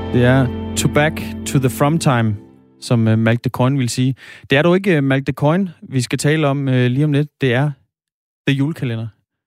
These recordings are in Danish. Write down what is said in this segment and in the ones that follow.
Det er to back to the from time, som Malk de Koijn vil sige. Det er dog ikke Malk de Koijn, vi skal tale om lige om lidt. Det er The Julekalender.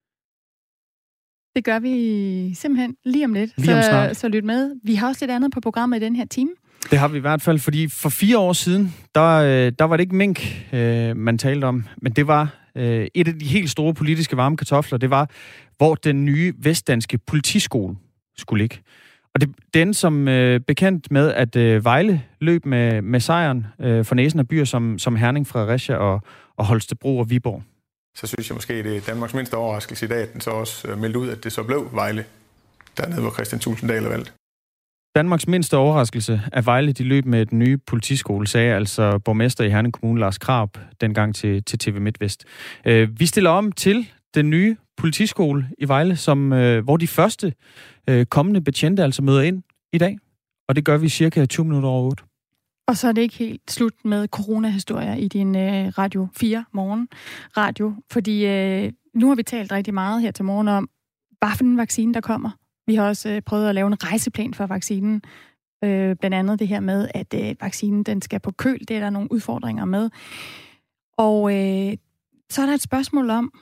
Det gør vi simpelthen lige om lidt. Så lyt med. Vi har også lidt andet på programmet i den her time. Det har vi i hvert fald, fordi for 4 år siden, der var det ikke mink, man talte om, men det var et af de helt store politiske varme kartofler. Det var, hvor den nye vestdanske politiskole skulle ligge. Og det endte som bekendt med, at Vejle løb med sejren for næsen af byer som Herning, Fredericia og Holstebro og Viborg. Så synes jeg måske, det er Danmarks mindste overraskelse i dag, at den så også meldte ud, at det så blev Vejle, dernede hvor Kristian Thulesen Dahl er valgt. Danmarks mindste overraskelse af Vejle, de løb med den nye politiskole, sagde altså borgmester i Herning Kommune, Lars Krarup, dengang til TV MidtVest. Vi stiller om til den nye politiskole i Vejle, hvor de første kommende betjente altså møder ind i dag. Og det gør vi cirka 20 minutter over 8. Og så er det ikke helt slut med coronahistorier i din Radio 4 morgen radio, fordi nu har vi talt rigtig meget her til morgen om, hvad for en vaccine, der kommer. Vi har også prøvet at lave en rejseplan for vaccinen. Blandt andet det her med, at vaccinen den skal på køl. Det er der nogle udfordringer med. Og så er der et spørgsmål om,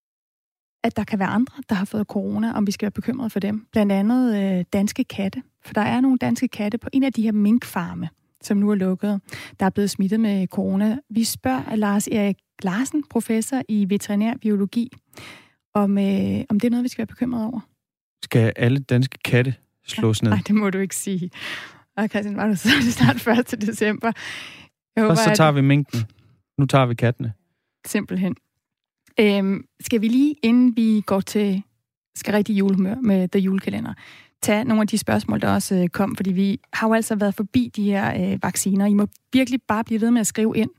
at der kan være andre, der har fået corona, om vi skal være bekymrede for dem. Blandt andet danske katte. For der er nogle danske katte på en af de her minkfarme, som nu er lukket, der er blevet smittet med corona. Vi spørger Lars Erik Larsen, professor i veterinær biologi, om det er noget, vi skal være bekymrede over. Skal alle danske katte slås ned? Nej, det må du ikke sige. Og Christian, var du så snart 1. december? Og så tager vi minken. Nu tager vi kattene. Simpelthen. Skal vi lige, inden vi går til rigtig julehumør med The Julekalender, tage nogle af de spørgsmål, der også kom, fordi vi har jo altså været forbi de her vacciner. I må virkelig bare blive ved med at skrive ind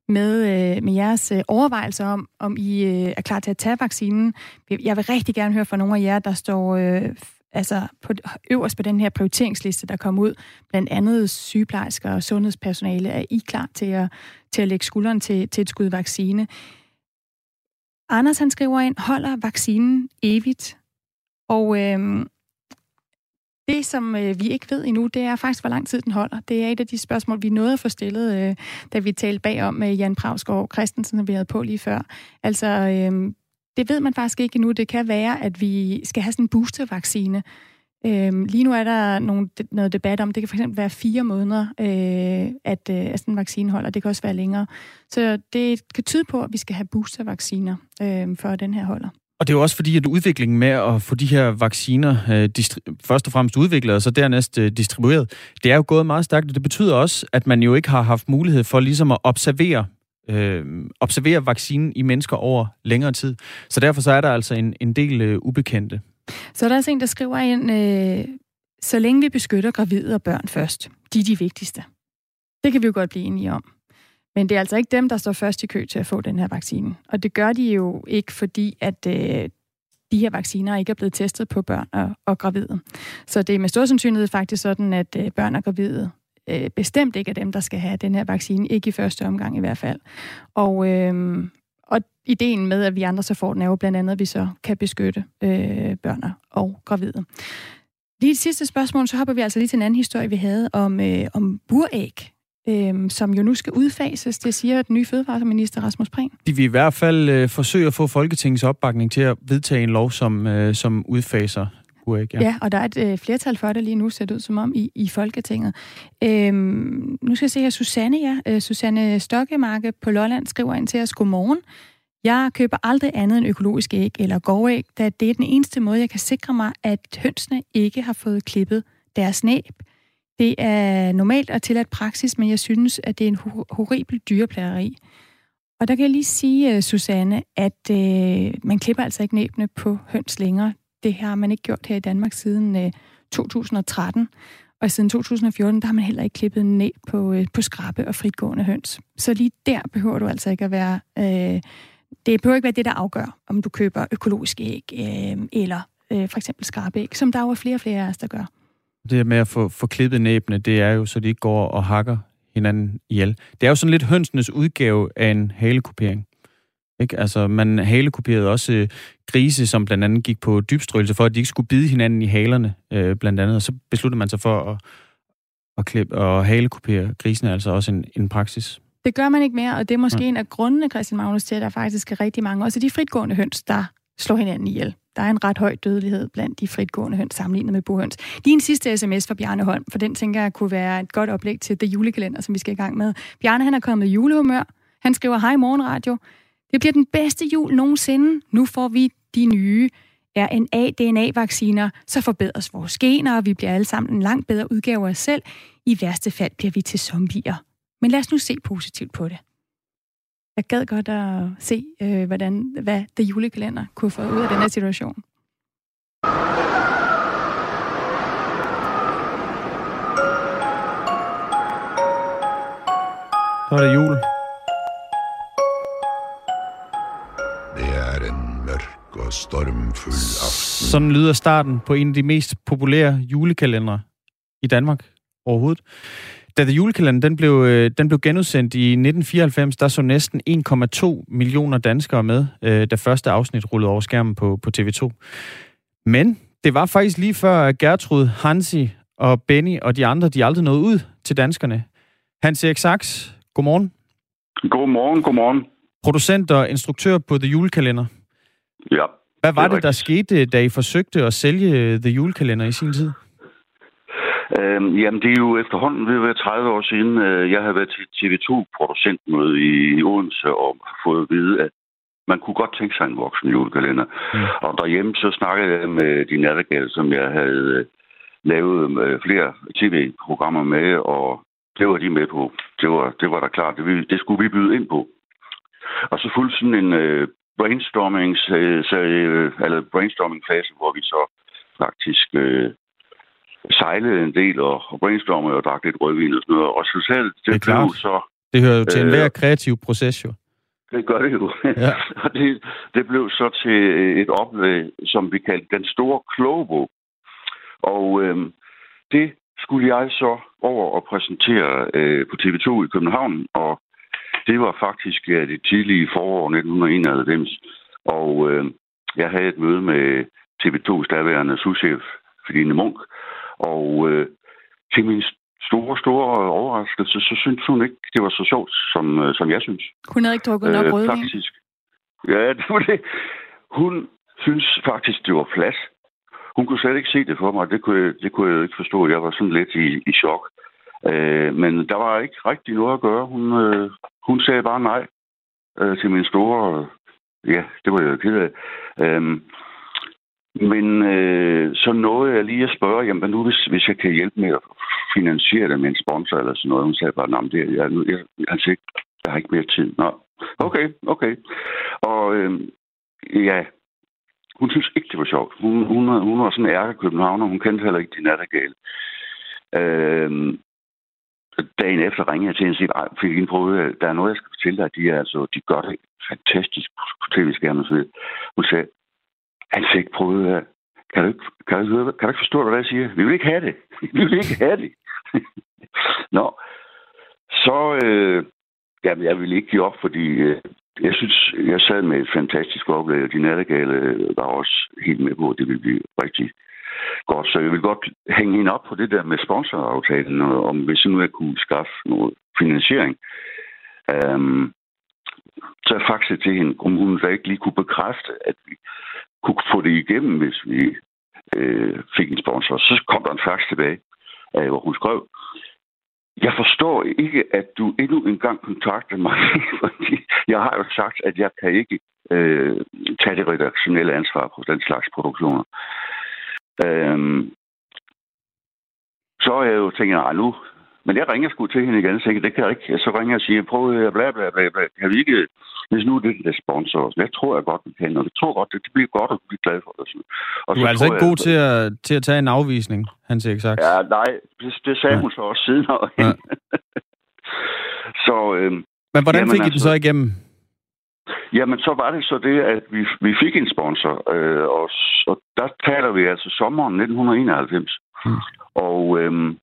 med jeres overvejelser om I er klar til at tage vaccinen. Jeg vil rigtig gerne høre fra nogle af jer, der står øverst på den her prioriteringsliste, der kom ud. Blandt andet sygeplejersker og sundhedspersonale. Er I klar til at lægge skulderen til et skud vaccine? Anders, han skriver ind, holder vaccinen evigt? Og det, som vi ikke ved endnu, det er faktisk, hvor lang tid den holder. Det er et af de spørgsmål, vi nåede at få stillet, da vi talte bagom med Jan Prausgaard Christensen, som vi havde på lige før. Altså, det ved man faktisk ikke endnu. Det kan være, at vi skal have sådan en boostervaccine. Lige nu er der noget debat om, det kan fx være 4 måneder, at sådan en vaccine holder. Det kan også være længere. Så det kan tyde på, at vi skal have boostervacciner, for den her holder. Og det er jo også fordi, at udviklingen med at få de her vacciner først og fremmest udviklet, og så dernæst distribueret, det er jo gået meget stærkt, og det betyder også, at man jo ikke har haft mulighed for ligesom at observere vaccinen i mennesker over længere tid. Så derfor så er der altså en del ubekendte. Så er der altså en, der skriver ind, så længe vi beskytter gravide og børn først, de er de vigtigste. Det kan vi jo godt blive enige om. Men det er altså ikke dem, der står først i kø til at få den her vaccine. Og det gør de jo ikke, fordi at de her vacciner ikke er blevet testet på børn og gravide. Så det er med stor sandsynlighed faktisk sådan, at børn og gravide bestemt ikke er dem, der skal have den her vaccine. Ikke i første omgang i hvert fald. Og ideen med, at vi andre så får den, er jo blandt andet, at vi så kan beskytte børn og gravide. Lige et sidste spørgsmål, så hopper vi altså lige til en anden historie, vi havde om buræg, som jo nu skal udfases. Det siger den nye fødevareminister Rasmus Prehn. De vil i hvert fald forsøge at få Folketingets opbakning til at vedtage en lov, som udfaser buræg. Ja, og der er et flertal for det lige nu, ser det ud som om, i Folketinget. Nu skal jeg se her, Susanne Stokkemarke på Lolland skriver ind til os, godmorgen. Jeg køber aldrig andet end økologiske æg eller gårdæg, da det er den eneste måde, jeg kan sikre mig, at hønsene ikke har fået klippet deres næb. Det er normalt og tilladt praksis, men jeg synes, at det er en horribel dyreplageri. Og der kan jeg lige sige, Susanne, at man klipper altså ikke næbene på høns længere. Det har man ikke gjort her i Danmark siden 2013. Og siden 2014, der har man heller ikke klippet næb på skrappe og fritgående høns. Så lige der behøver du altså ikke at være... det behøver ikke være det, der afgør, om du køber økologiske æg eller for eksempel skrappe æg, som der jo er flere og flere af os, der gør. Det med at få klippet næbene, det er jo, så de ikke går og hakker hinanden ihjel. Det er jo sådan lidt hønsenes udgave af en halekupering. Ikke? Altså, man halekuperede også grise, som blandt andet gik på dybstrøelse, for at de ikke skulle bide hinanden i halerne, blandt andet. Og så besluttede man sig for og halekupere grisene, altså også en praksis. Det gør man ikke mere, og det er måske en af grundene, Christian Magnus, til, at der faktisk er rigtig mange, også de fritgående høns, der slår hinanden ihjel. Der er en ret høj dødelighed blandt de fritgående høns sammenlignet med burhøns. Lige en sidste sms fra Bjarne Holm, for den tænker jeg kunne være et godt oplæg til The Julekalender, som vi skal i gang med. Bjarne, han er kommet i julehumør. Han skriver, hej morgenradio. Det bliver den bedste jul nogensinde. Nu får vi de nye RNA-DNA-vacciner, så forbedres vores gener, og vi bliver alle sammen en langt bedre udgave af os selv. I værste fald bliver vi til zombier. Men lad os nu se positivt på det. Jeg gad godt at se, hvad The Julekalender kunne få ud af den her situation. Så er det jul. Det er en mørk og stormfuld aften. Sådan lyder starten på en af de mest populære julekalendere i Danmark overhovedet. Da The Julekalender den blev genudsendt i 1994, der så næsten 1,2 millioner danskere med, da første afsnit rullede over skærmen på TV2. Men det var faktisk lige før Gertrud, Hansi og Benny og de andre, de aldrig nåede ud til danskerne. Hans-Erik Sachs, godmorgen. Godmorgen. Producent og instruktør på The Julekalender. Ja. Hvad var det, der skete, da I forsøgte at sælge The Julekalender i sin tid? Jamen, det er jo efterhånden ved at være 30 år siden. Jeg har været til TV2-producentmøde i Odense og fået at vide, at man kunne godt tænke sig en voksen julekalender. Og derhjemme så snakkede jeg med de nattergale, som jeg havde lavet flere tv-programmer med, og det var de med på. Det var da klart. Det skulle vi byde ind på. Og så fulgte sådan en brainstorming-fase, hvor vi så faktisk sejlede en del og brainstormede og drak lidt rødvin og sådan noget. Og resultatet, det blev så... Det hører jo til enhver kreativ proces, jo. Det gør det jo. Ja. Og det blev så til et oplæg, som vi kaldte Den Store Klogebog. Og det skulle jeg så over og præsentere på TV2 i København, og det var faktisk det tidlige forår 1991. Og jeg havde et møde med TV2's daværende souschef, Fidine Munk, og til min store overraskelse, så synes hun ikke, det var så sjovt, som jeg synes. Hun havde ikke drukket nok rødvin? Faktisk. Ja, det var det. Hun synes faktisk, det var plads. Hun kunne slet ikke se det for mig. Det kunne jeg ikke forstå. Jeg var sådan lidt i chok. Men der var ikke rigtig noget at gøre. Hun sagde bare nej til min store... Ja, det var jeg ked af. Men så nåede jeg lige at spørge, jamen nu hvis jeg kan hjælpe med at finansiere det med en sponsor eller sådan noget. Hun sagde bare, nej, jeg har ikke mere tid. Nå, okay. Og ja, hun synes ikke, det var sjovt. Hun var sådan en ærkekøbenhavner, hun kendte heller ikke de nattergale. Dagen efter ringede jeg til hende og sagde, fik en prøve, der er noget, jeg skal fortælle dig, de gør det fantastisk på tv-skærmen. Hun sagde, han fik prøvet her. Kan du ikke forstå, hvad jeg siger? Vi vil ikke have det. Nå. Så, jeg ville ikke give op, fordi jeg synes, jeg sad med et fantastisk oplæg, og de nattergale var også helt med på, at det ville blive rigtig godt. Så jeg vil godt hænge hende op på det der med sponsoraftalen, om hvis nu jeg kunne skaffe noget finansiering. Så jeg faktisk til hende, om hun så ikke lige kunne bekræfte, at vi kunne få det igennem, hvis vi fik en sponsor. Så kom der en fax tilbage, hvor hun skrev, jeg forstår ikke, at du endnu engang kontakter mig, fordi jeg har jo sagt, at jeg kan ikke tage det redaktionelle ansvar på den slags produktioner. Så jeg jo tænker, nu... Men jeg ringer sgu til hende igen og tænker, det kan jeg ikke. Så ringer jeg og siger, prøv bla bla bla bla. Kan vi ikke... Hvis nu det er sponsor, jeg tror godt, vi kan, og jeg tror godt, det bliver godt, og vi bliver glade for det. Og du er altså ikke god til at tage en afvisning, Hans-Erik Sachs? Ja, nej, det sagde hun så også senere. Ja. Så... Men hvordan fik I den så igennem? Jamen, så var det så det, at vi fik en sponsor, og der taler vi altså sommeren 1991. Og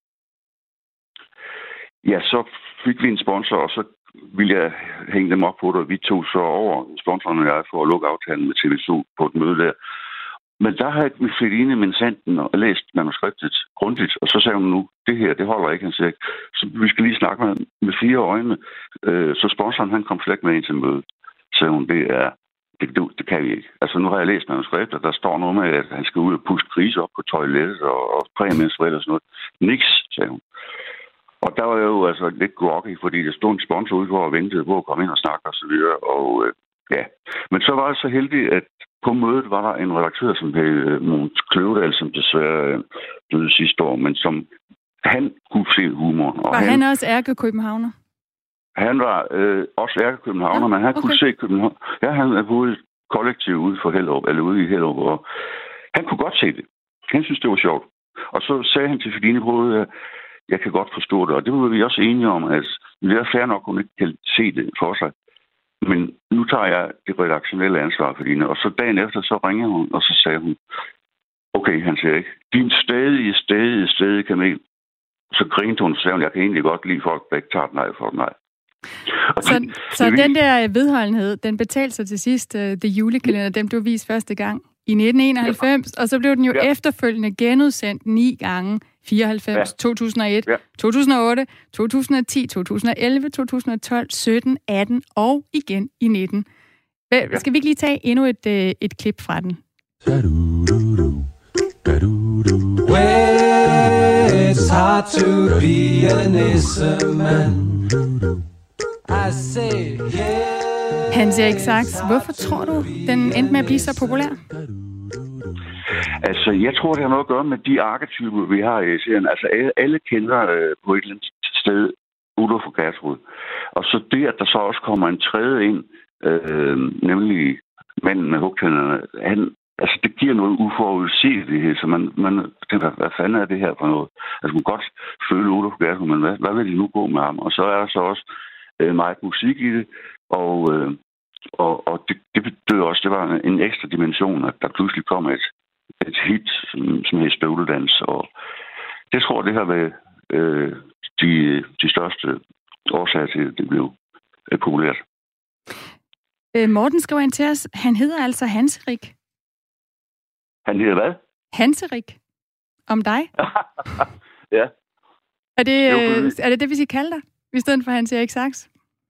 ja, så fik vi en sponsor, og så ville jeg hænge dem op på det, og vi tog så over, sponsoren og jeg, for at lukke aftalen med TV2 på et møde der. Men der har jeg Feline Minsanten og læst manuskriptet grundigt, og så sagde hun nu, det her, det holder ikke, han siger ikke. Så vi skal lige snakke med 4 øjne. Så sponsoren, han kom slet ikke med ind til mødet. Så hun, det kan vi ikke. Altså nu har jeg læst manuskriptet, der står noget med, at han skal ud og puste grise op på toilettet og præmenstruelle og sådan noget. Niks, sagde hun. Og der var jeg jo altså lidt groggy, fordi der stod en sponsor ude og ventede på at komme ind og snakke og så videre. Og ja, men så var jeg så heldig, at på mødet var der en redaktør, som hed Mogens Kløvedal, som desværre døde sidste år, men som han kunne se humoren. Og var han også ærkekøbenhavner? Han var også ærkekøbenhavner, men han kunne se København. Ja, han er boet kollektiv ude for Hellerup, eller ude i Hellerup, og han kunne godt se det. Han synes, det var sjovt. Og så sagde han til Feline Brode, jeg kan godt forstå det, og det var vi også enige om, at det er fair nok, at hun ikke kan se det for sig. Men nu tager jeg det redaktionelle ansvar for Feline, og så dagen efter, så ringer hun, og så sagde hun, okay, han siger ikke, din stadig kamel. Så grinte hun, så sagde hun, jeg kan egentlig godt lide folk, der ikke tager et nej for et nej. Så den der vedholdenhed, den betalte sig til sidst, The Julekalender, dem du viste første gang i 1991, og så blev den jo efterfølgende genudsendt 9 gange, 94, 2001, 2008, 2010, 2011, 2012, 17, 18 og igen i 19. Skal vi ikke lige tage endnu et klip fra den? Well, it's hard to be a nisseman. I say, yeah. Hans Erik Sachs, hvorfor tror du, den endte med at blive så populær? Altså, jeg tror, det har noget at gøre med de arketyper, vi har i serien. Altså, alle kender på et eller andet sted Udo for Gertrud. Og så det, at der så også kommer en tredje ind, nemlig manden med hugtænderne, altså, det giver noget uforudsigelighed, så man tænker, hvad fanden er det her for noget? Altså, man kan godt føle Udo for Gertrud, men hvad vil de nu gå med ham? Og så er der så også meget musik i det, og det betød også, det var en ekstra dimension, at der pludselig kom et hit, som hed Støvledans, og det tror jeg, det har været de største årsager til, at det blev populært. Morten skriver ind til os, han hedder altså Hanserik. Han hedder hvad? Hanserik. Om dig? Ja. Er det, vi skal kalde dig, i stedet for Hans Erik Sachs?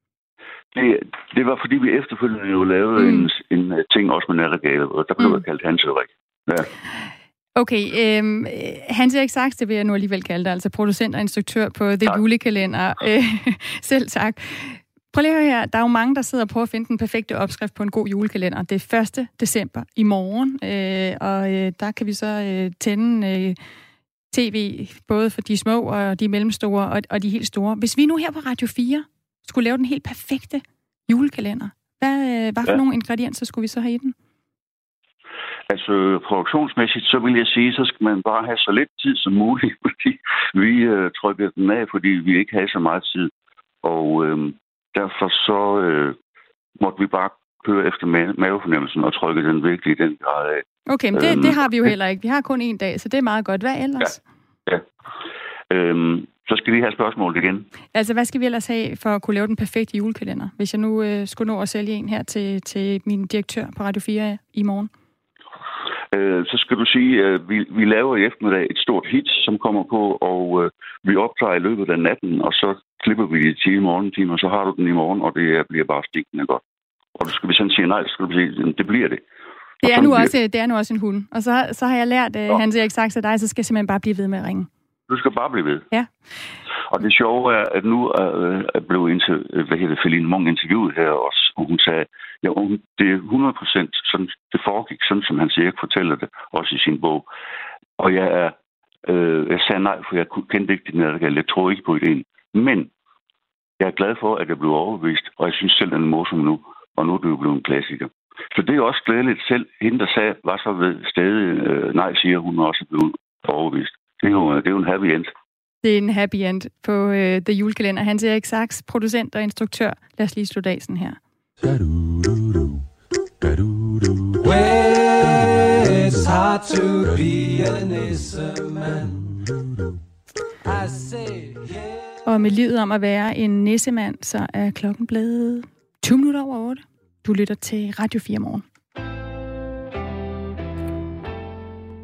Det var, fordi vi efterfølgende jo lavede en ting også med Nattergale, og der blev jeg kaldt Hanserik. Ja. Okay, Hans Erik Sachs, det vil jeg nu alligevel kalde dig, altså producent og instruktør på The Julekalender. Selv tak. Prøv lige at høre her, der er jo mange, der sidder og prøver at finde den perfekte opskrift på en god julekalender. Det er 1. december i morgen, og der kan vi så tænde tv, både for de små og de mellemstore og de helt store. Hvis vi nu her på Radio 4 skulle lave den helt perfekte julekalender, hvad for nogle ingredienser skulle vi så have i den? Altså, produktionsmæssigt, så vil jeg sige, så skal man bare have så lidt tid som muligt, fordi vi trykker den af, fordi vi ikke har så meget tid. Og derfor så måtte vi bare køre efter mavefornemmelsen og trykke den virkelig i den grad af. Okay, men det har vi jo heller ikke. Vi har kun 1 dag, så det er meget godt. Hvad ellers? Ja. Så skal vi have spørgsmålet igen. Altså, hvad skal vi ellers have for at kunne lave den perfekte julekalender, hvis jeg nu skulle nå at sælge en her til min direktør på Radio 4 i morgen? Så skal du sige, at vi laver i eftermiddag et stort hit, som kommer på, og vi optager i løbet af natten, og så klipper vi det til morgentimer, og så har du den i morgen, og det bliver bare stikkende godt. Og skal vi sådan sige nej, så skal du sige, det bliver det. Det er nu også en hund. Og så har jeg lært Hans Erik Sachs af dig, så skal jeg simpelthen bare blive ved med at ringe. Du skal bare blive ved. Ja. Og det sjove er, at nu blev Feline Munk interviewet her også, og hun sagde, det er 100% sådan, det foregik sådan, som Hans Erik fortæller det, også i sin bog. Og jeg sagde nej, for jeg kendte ikke den her, jeg troede ikke på ideen. Men jeg er glad for, at jeg blev overbevist, og jeg synes selv, at den er morsom nu, og nu er det jo blevet en klassiker. Så det er også glædeligt selv. Hende, der sagde, var så ved stadig nej, siger hun også blevet overbevist. Det er jo en happy end. Det er en happy end på The Julekalender. Hans Erik Sachs, producent og instruktør. Lad os lige slutte af sådan her. Well, it's hard to be a nisseman. I say, yeah. Og med livet om at være en nissemand, så er klokken blevet 20 minutter over 8. Du lytter til Radio 4 morgen.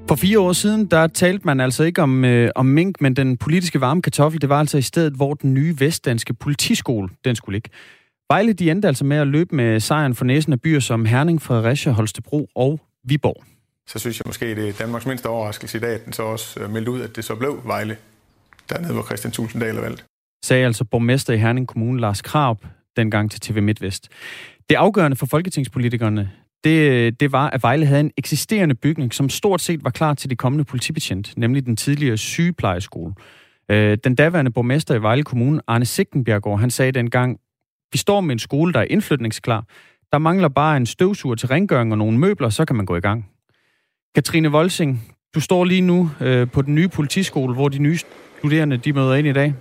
For 4 år siden, der talte man altså ikke om mink, men den politiske varme kartoffel, det var altså i stedet, hvor den nye vestdanske politiskole, den skulle ligge. Vejle, de endte altså med at løbe med sejren for næsen af byer som Herning, Fredericia, Holstebro og Viborg. Så synes jeg måske, det er Danmarks mindste overraskelse i dag, at den så også meldte ud, at det så blev Vejle, dernede hvor Kristian Thulesen Dahl er valgt. Sagde altså borgmester i Herning Kommune, Lars Krarup, dengang til TV MidtVest. Det afgørende for folketingspolitikerne, det var, at Vejle havde en eksisterende bygning, som stort set var klar til de kommende politibetjent, nemlig den tidligere sygeplejeskole. Den daværende borgmester i Vejle Kommune, Arne Sigtenbjergård, han sagde dengang, vi står med en skole, der er indflytningsklar. Der mangler bare en støvsuger til rengøring og nogle møbler, så kan man gå i gang. Katrine Volsing, du står lige nu på den nye politiskole, hvor de nye studerende de møder ind i dag.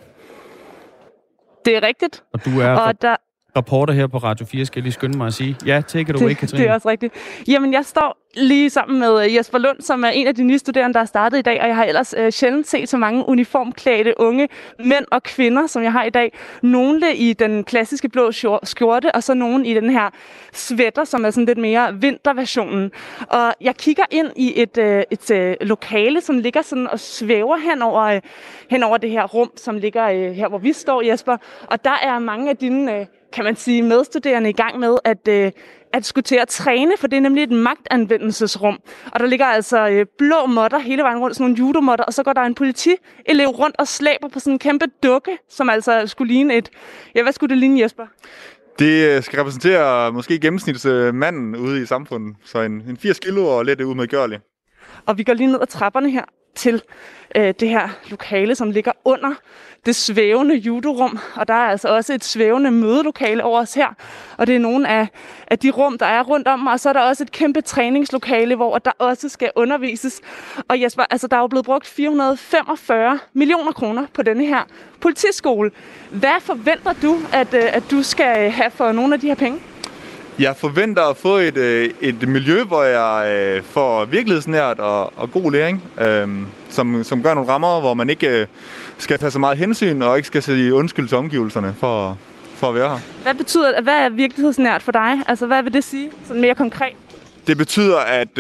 Det er rigtigt. Og du er reporter her på Radio 4, skal jeg lige skynde mig at sige. Ja, take it away, Katrine. Det er også rigtigt. Jamen, jeg står lige sammen med Jesper Lund, som er en af de nye studerende, der er startet i dag, og jeg har ellers sjældent set så mange uniformklædte unge mænd og kvinder, som jeg har i dag. Nogle i den klassiske blå skjorte, og så nogle i den her sweater, som er sådan lidt mere vinterversionen. Og jeg kigger ind i et lokale, som ligger sådan og svæver hen over det her rum, som ligger her, hvor vi står, Jesper. Og der er mange af dine kan man sige, medstuderende i gang med at skulle til at træne, for det er nemlig et magtanvendelsesrum. Og der ligger altså blå måtter hele vejen rundt, sådan nogle judomåtter, og så går der en politielev rundt og slæber på sådan en kæmpe dukke, som altså skulle ligne hvad skulle det ligne, Jesper? Det skal repræsentere måske gennemsnitsmanden ude i samfundet, så en 80 kilo og lidt umedgørlig. Og vi går lige ned ad trapperne her til det her lokale, som ligger under det svævende judorum, og der er altså også et svævende mødelokale over os her, og det er nogle af de rum, der er rundt om mig, og så er der også et kæmpe træningslokale, hvor der også skal undervises. Og Jesper, altså der er jo blevet brugt 445 millioner kroner på denne her politiskole. Hvad forventer du, at du skal have for nogle af de her penge? Jeg forventer at få et miljø, hvor jeg får virkelighedsnært og god læring, som gør nogle rammer, hvor man ikke skal tage så meget hensyn og ikke skal sige undskyld til omgivelserne for at være her. Hvad er virkelighedsnært for dig? Altså, hvad vil det sige sådan mere konkret? Det betyder,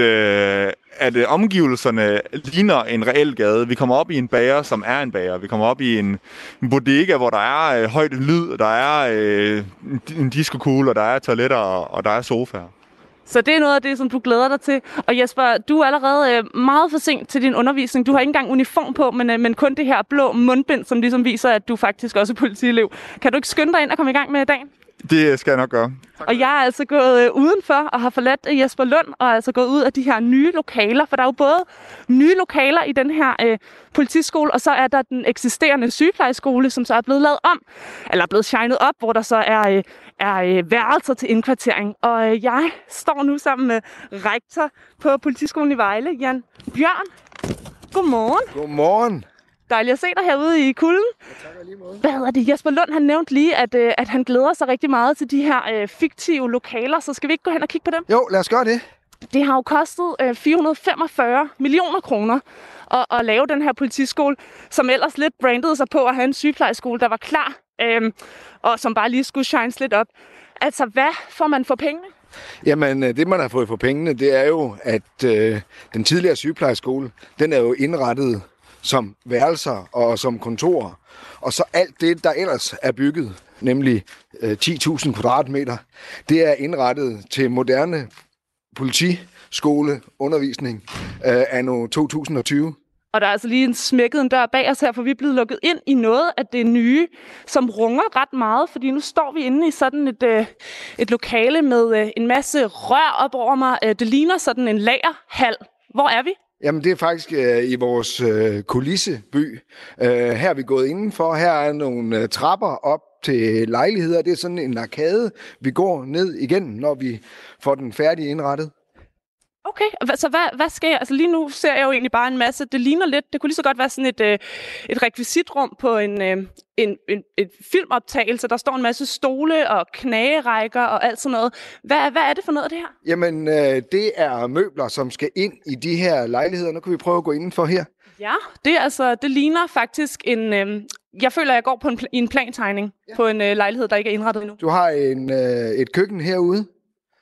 at omgivelserne ligner en reel gade. Vi kommer op i en bager, som er en bager. Vi kommer op i en bodega, hvor der er højt lyd, der er en diskokugle, og der er toiletter, og der er sofaer. Så det er noget af det, som du glæder dig til. Og Jesper, du er allerede meget for sent til din undervisning. Du har ikke engang uniform på, men kun det her blå mundbind, som ligesom viser, at du faktisk også er politielev. Kan du ikke skynde dig ind og komme i gang med dagen? Det skal jeg nok gøre. Og jeg er altså gået udenfor og har forladt Jesper Lund og er altså gået ud af de her nye lokaler, for der er jo både nye lokaler i den her politiskole, og så er der den eksisterende sygeplejeskole, som så er blevet lavet om, eller er blevet shined op, hvor der så er værelser til indkvartering. Og jeg står nu sammen med rektor på politiskolen i Vejle, Jan Bjørn. Godmorgen. Godmorgen. Dejligt at se dig herude i kulden. Hvad hedder det? Jesper Lund, han nævnte lige, at han glæder sig rigtig meget til de her fiktive lokaler, så skal vi ikke gå hen og kigge på dem? Jo, lad os gøre det. Det har jo kostet 445 millioner kroner at lave den her politiskole, som ellers lidt brandede sig på at have en sygeplejeskole, der var klar, og som bare lige skulle shines lidt op. Altså, hvad får man for pengene? Jamen, det man har fået for pengene, det er jo, at den tidligere sygeplejeskole, den er jo indrettet som værelser og som kontorer. Og så alt det, der ellers er bygget, nemlig 10.000 kvadratmeter, det er indrettet til moderne politiskoleundervisning anno 2020. Og der er altså lige smækket en dør bag os her, for vi er blevet lukket ind i noget af det nye, som runger ret meget, fordi nu står vi inde i sådan et lokale med en masse rør op over mig. Det ligner sådan en lagerhal. Hvor er vi? Jamen, det er faktisk i vores kulisseby. Her er vi gået indenfor. Her er nogle trapper op til lejligheder. Det er sådan en arkade, vi går ned igen, når vi får den færdig indrettet. Okay, så hvad sker jeg? Altså lige nu ser jeg jo egentlig bare en masse. Det ligner lidt, det kunne lige så godt være sådan et rekvisitrum på en filmoptagelse. Der står en masse stole og knagerækker og alt sådan noget. Hvad er det for noget af det her? Jamen, det er møbler, som skal ind i de her lejligheder. Nu kan vi prøve at gå indenfor her. Ja, det ligner faktisk en... jeg føler, jeg går på en plantegning på en lejlighed, der ikke er indrettet endnu. Du har et køkken herude.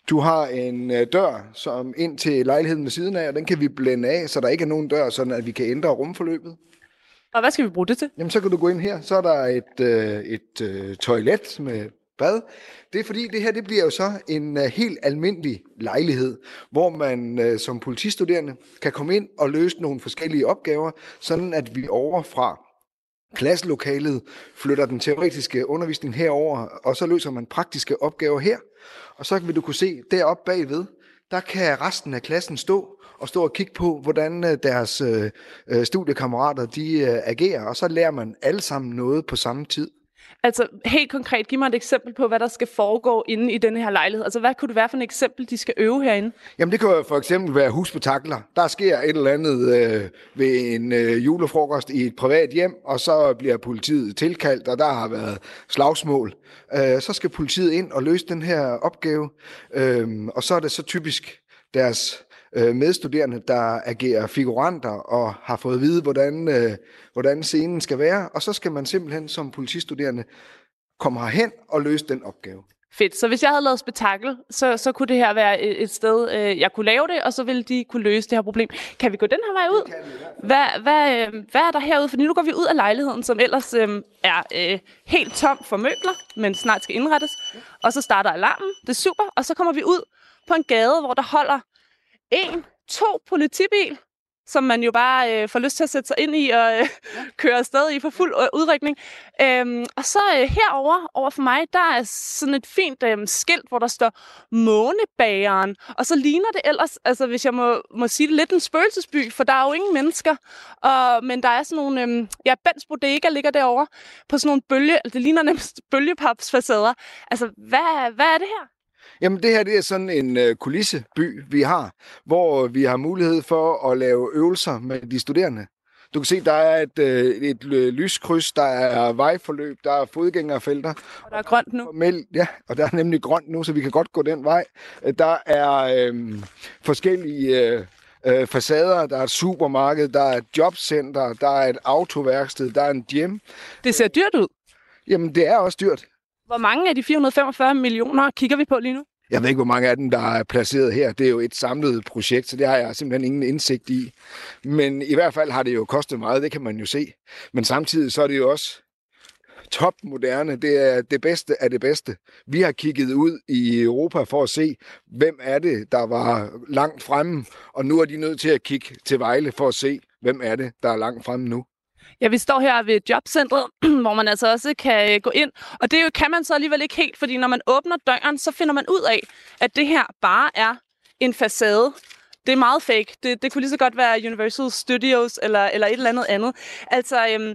Du har en dør som ind til lejligheden ved siden af, og den kan vi blende af, så der ikke er nogen dør, sådan at vi kan ændre rumforløbet. Og hvad skal vi bruge det til? Jamen, så kan du gå ind her. Så er der et toilet med bad. Det er fordi, det her det bliver jo så en helt almindelig lejlighed, hvor man som politistuderende kan komme ind og løse nogle forskellige opgaver, sådan at vi overfra klasselokalet flytter den teoretiske undervisning herover, og så løser man praktiske opgaver her. Og så vil du kunne se deroppe bagved, der kan resten af klassen stå og kigge på, hvordan deres studiekammerater de agerer, og så lærer man alle sammen noget på samme tid. Altså helt konkret, giv mig et eksempel på, hvad der skal foregå inde i denne her lejlighed. Altså hvad kunne det være for et eksempel, de skal øve herinde? Jamen det kan jo for eksempel være husspektakler. Der sker et eller andet ved en julefrokost i et privat hjem, og så bliver politiet tilkaldt, og der har været slagsmål. Så skal politiet ind og løse den her opgave, og så er det så typisk deres medstuderende, der agerer figuranter og har fået at vide, hvordan scenen skal være, og så skal man simpelthen som politistuderende komme herhen og løse den opgave. Fedt. Så hvis jeg havde lavet spektakel, så kunne det her være et sted, jeg kunne lave det, og så ville de kunne løse det her problem. Kan vi gå den her vej ud? Hvad er der herude? For nu går vi ud af lejligheden, som ellers er helt tom for møbler, men snart skal indrettes. Og så starter alarmen. Det er super. Og så kommer vi ud på en gade, hvor der holder 2 politibil, som man jo bare får lyst til at sætte sig ind i og køre afsted i for fuld udrykning. Og så over for mig, der er sådan et fint skilt, hvor der står Månebageren. Og så ligner det ellers, altså hvis jeg må sige det, lidt en spøgelsesby, for der er jo ingen mennesker. Men der er sådan nogle, Bens Bodega ligger derovre på sådan nogle det ligner nærmest bølgepapsfacader. Altså, hvad er det her? Jamen det her det er sådan en kulisseby, vi har, hvor vi har mulighed for at lave øvelser med de studerende. Du kan se, der er et lyskryds, der er vejforløb, der er fodgængerfelter. Og der er grønt nu. Ja, og der er nemlig grønt nu, så vi kan godt gå den vej. Der er forskellige facader, der er et supermarked, der er et jobcenter, der er et autoværksted, der er en gym. Det ser dyrt ud. Jamen det er også dyrt. Hvor mange af de 445 millioner kigger vi på lige nu? Jeg ved ikke, hvor mange af dem, der er placeret her. Det er jo et samlet projekt, så det har jeg simpelthen ingen indsigt i. Men i hvert fald har det jo kostet meget, det kan man jo se. Men samtidig så er det jo også topmoderne. Det er det bedste af det bedste. Vi har kigget ud i Europa for at se, hvem er det, der var langt fremme. Og nu er de nødt til at kigge til Vejle for at se, hvem er det, der er langt fremme nu. Ja, vi står her ved jobcentret, hvor man altså også kan gå ind. Og det kan man så alligevel ikke helt, fordi når man åbner døren, så finder man ud af, at det her bare er en facade. Det er meget fake. Det kunne lige så godt være Universal Studios eller et eller andet. Altså,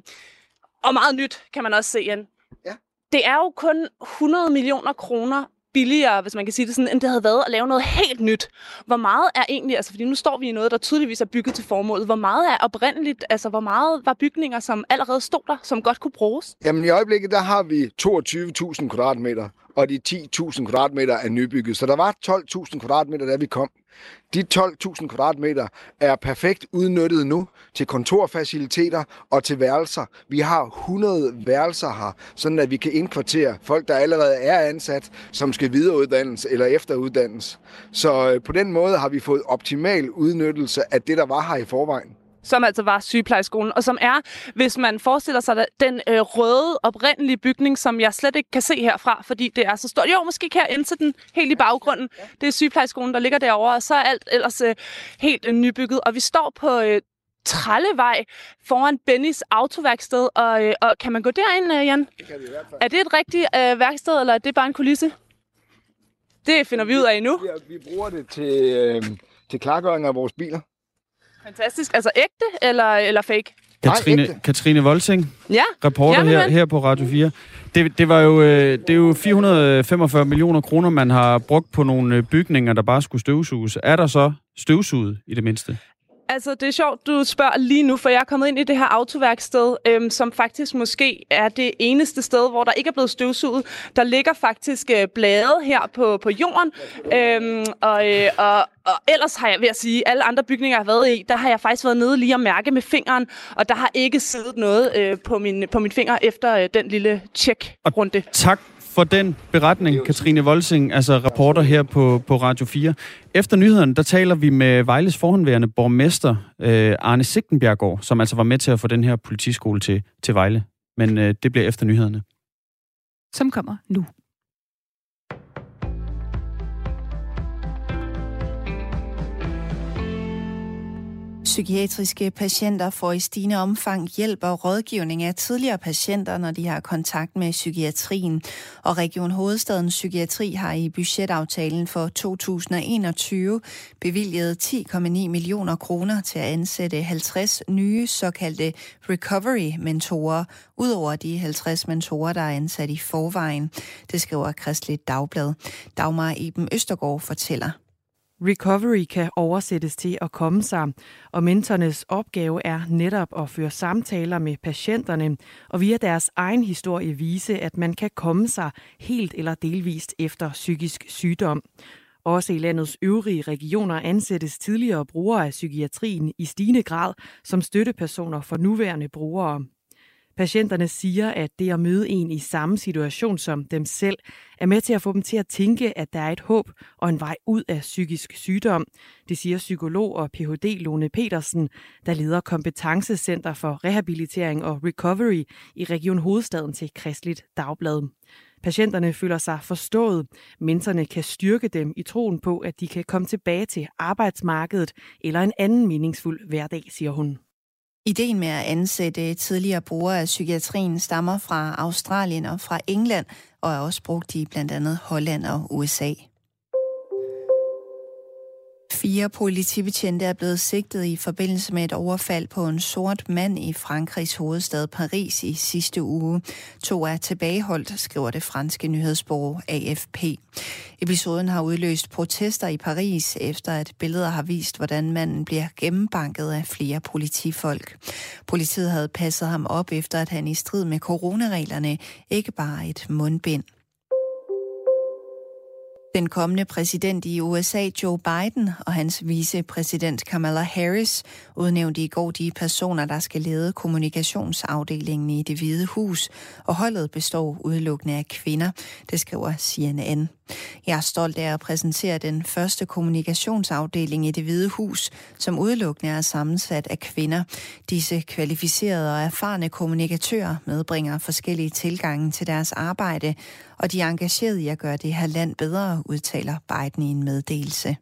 og meget nyt, kan man også se igen. Ja. Det er jo kun 100 millioner kroner billigere, hvis man kan sige det sådan, end det havde været at lave noget helt nyt. Hvor meget er egentlig, altså fordi nu står vi i noget, der tydeligvis er bygget til formålet, hvor meget er oprindeligt, altså hvor meget var bygninger, som allerede stod der, som godt kunne bruges? Jamen i øjeblikket, der har vi 22.000 kvadratmeter, og de 10.000 kvadratmeter er nybygget. Så der var 12.000 kvadratmeter, da vi kom. De 12.000 kvadratmeter er perfekt udnyttet nu til kontorfaciliteter og til værelser. Vi har 100 værelser her, sådan at vi kan indkvartere folk, der allerede er ansat, som skal videreuddannes eller efteruddannes. Så på den måde har vi fået optimal udnyttelse af det, der var her i forvejen. Som altså var sygeplejeskolen, og som er, hvis man forestiller sig den røde, oprindelige bygning, som jeg slet ikke kan se herfra, fordi det er så stort. Jo, måske kan jeg indse den helt i baggrunden. Det er sygeplejeskolen, der ligger derovre, og så er alt ellers helt nybygget. Og vi står på Trallevej foran Bennys autoværksted, og kan man gå derind, Jan? Det kan vi i hvert fald. Er det et rigtigt værksted, eller er det bare en kulisse? Det finder vi ud af nu. Vi bruger det til klargøring af vores biler. Fantastisk. Altså ægte eller fake? Katrine Volsing, ja. reporter her på Radio 4. Det er jo 445 millioner kroner, man har brugt på nogle bygninger, der bare skulle støvsuges. Er der så støvsuget i det mindste? Altså, det er sjovt, du spørger lige nu, for jeg er kommet ind i det her autoværksted, som faktisk måske er det eneste sted, hvor der ikke er blevet støvsuget. Der ligger faktisk blade her på jorden, og ellers har jeg ved at sige, alle andre bygninger, jeg har været i, der har jeg faktisk været nede lige og mærke med fingeren, og der har ikke siddet noget på min finger efter den lille tjekrunde. Tak for den beretning, Katrine Volsing, altså reporter her på Radio 4. Efter nyhederne, der taler vi med Vejles forhenværende borgmester, Arne Sigtenbjerggaard, som altså var med til at få den her politiskole til Vejle. Men det bliver efter nyhederne. Som kommer nu. Psykiatriske patienter får i stigende omfang hjælp og rådgivning af tidligere patienter, når de har kontakt med psykiatrien. Og Region Hovedstadens Psykiatri har i budgetaftalen for 2021 bevilget 10,9 millioner kroner til at ansætte 50 nye såkaldte recovery-mentorer, udover de 50 mentorer, der er ansat i forvejen. Det skriver Kristeligt Dagblad. Dagmar Eben Østergaard fortæller. Recovery kan oversættes til at komme sig, og mentornes opgave er netop at føre samtaler med patienterne og via deres egen historie vise, at man kan komme sig helt eller delvist efter psykisk sygdom. Også i landets øvrige regioner ansættes tidligere brugere af psykiatrien i stigende grad som støttepersoner for nuværende brugere. Patienterne siger, at det at møde en i samme situation som dem selv, er med til at få dem til at tænke, at der er et håb og en vej ud af psykisk sygdom. Det siger psykolog og Ph.D. Lone Petersen, der leder Kompetencecenter for Rehabilitering og Recovery i Region Hovedstaden til Kristeligt Dagblad. Patienterne føler sig forstået. Mentorerne kan styrke dem i troen på, at de kan komme tilbage til arbejdsmarkedet eller en anden meningsfuld hverdag, siger hun. Ideen med at ansætte tidligere brugere af psykiatrien stammer fra Australien og fra England, og er også brugt i blandt andet Holland og USA. 4 politibetjente er blevet sigtet i forbindelse med et overfald på en sort mand i Frankrigs hovedstad Paris i sidste uge. 2 er tilbageholdt, skriver det franske nyhedsbureau AFP. Episoden har udløst protester i Paris, efter at billeder har vist, hvordan manden bliver gennembanket af flere politifolk. Politiet havde passet ham op, efter at han i strid med coronareglerne ikke bare et mundbind. Den kommende præsident i USA, Joe Biden, og hans vicepræsident Kamala Harris udnævnte i går de personer, der skal lede kommunikationsafdelingen i Det Hvide Hus, og holdet består udelukkende af kvinder, det skriver CNN. Jeg er stolt af at præsentere den første kommunikationsafdeling i Det Hvide Hus, som udelukkende er sammensat af kvinder. Disse kvalificerede og erfarne kommunikatører medbringer forskellige tilgange til deres arbejde, og de er engageret i at gøre det her land bedre, udtaler Biden i en meddelelse.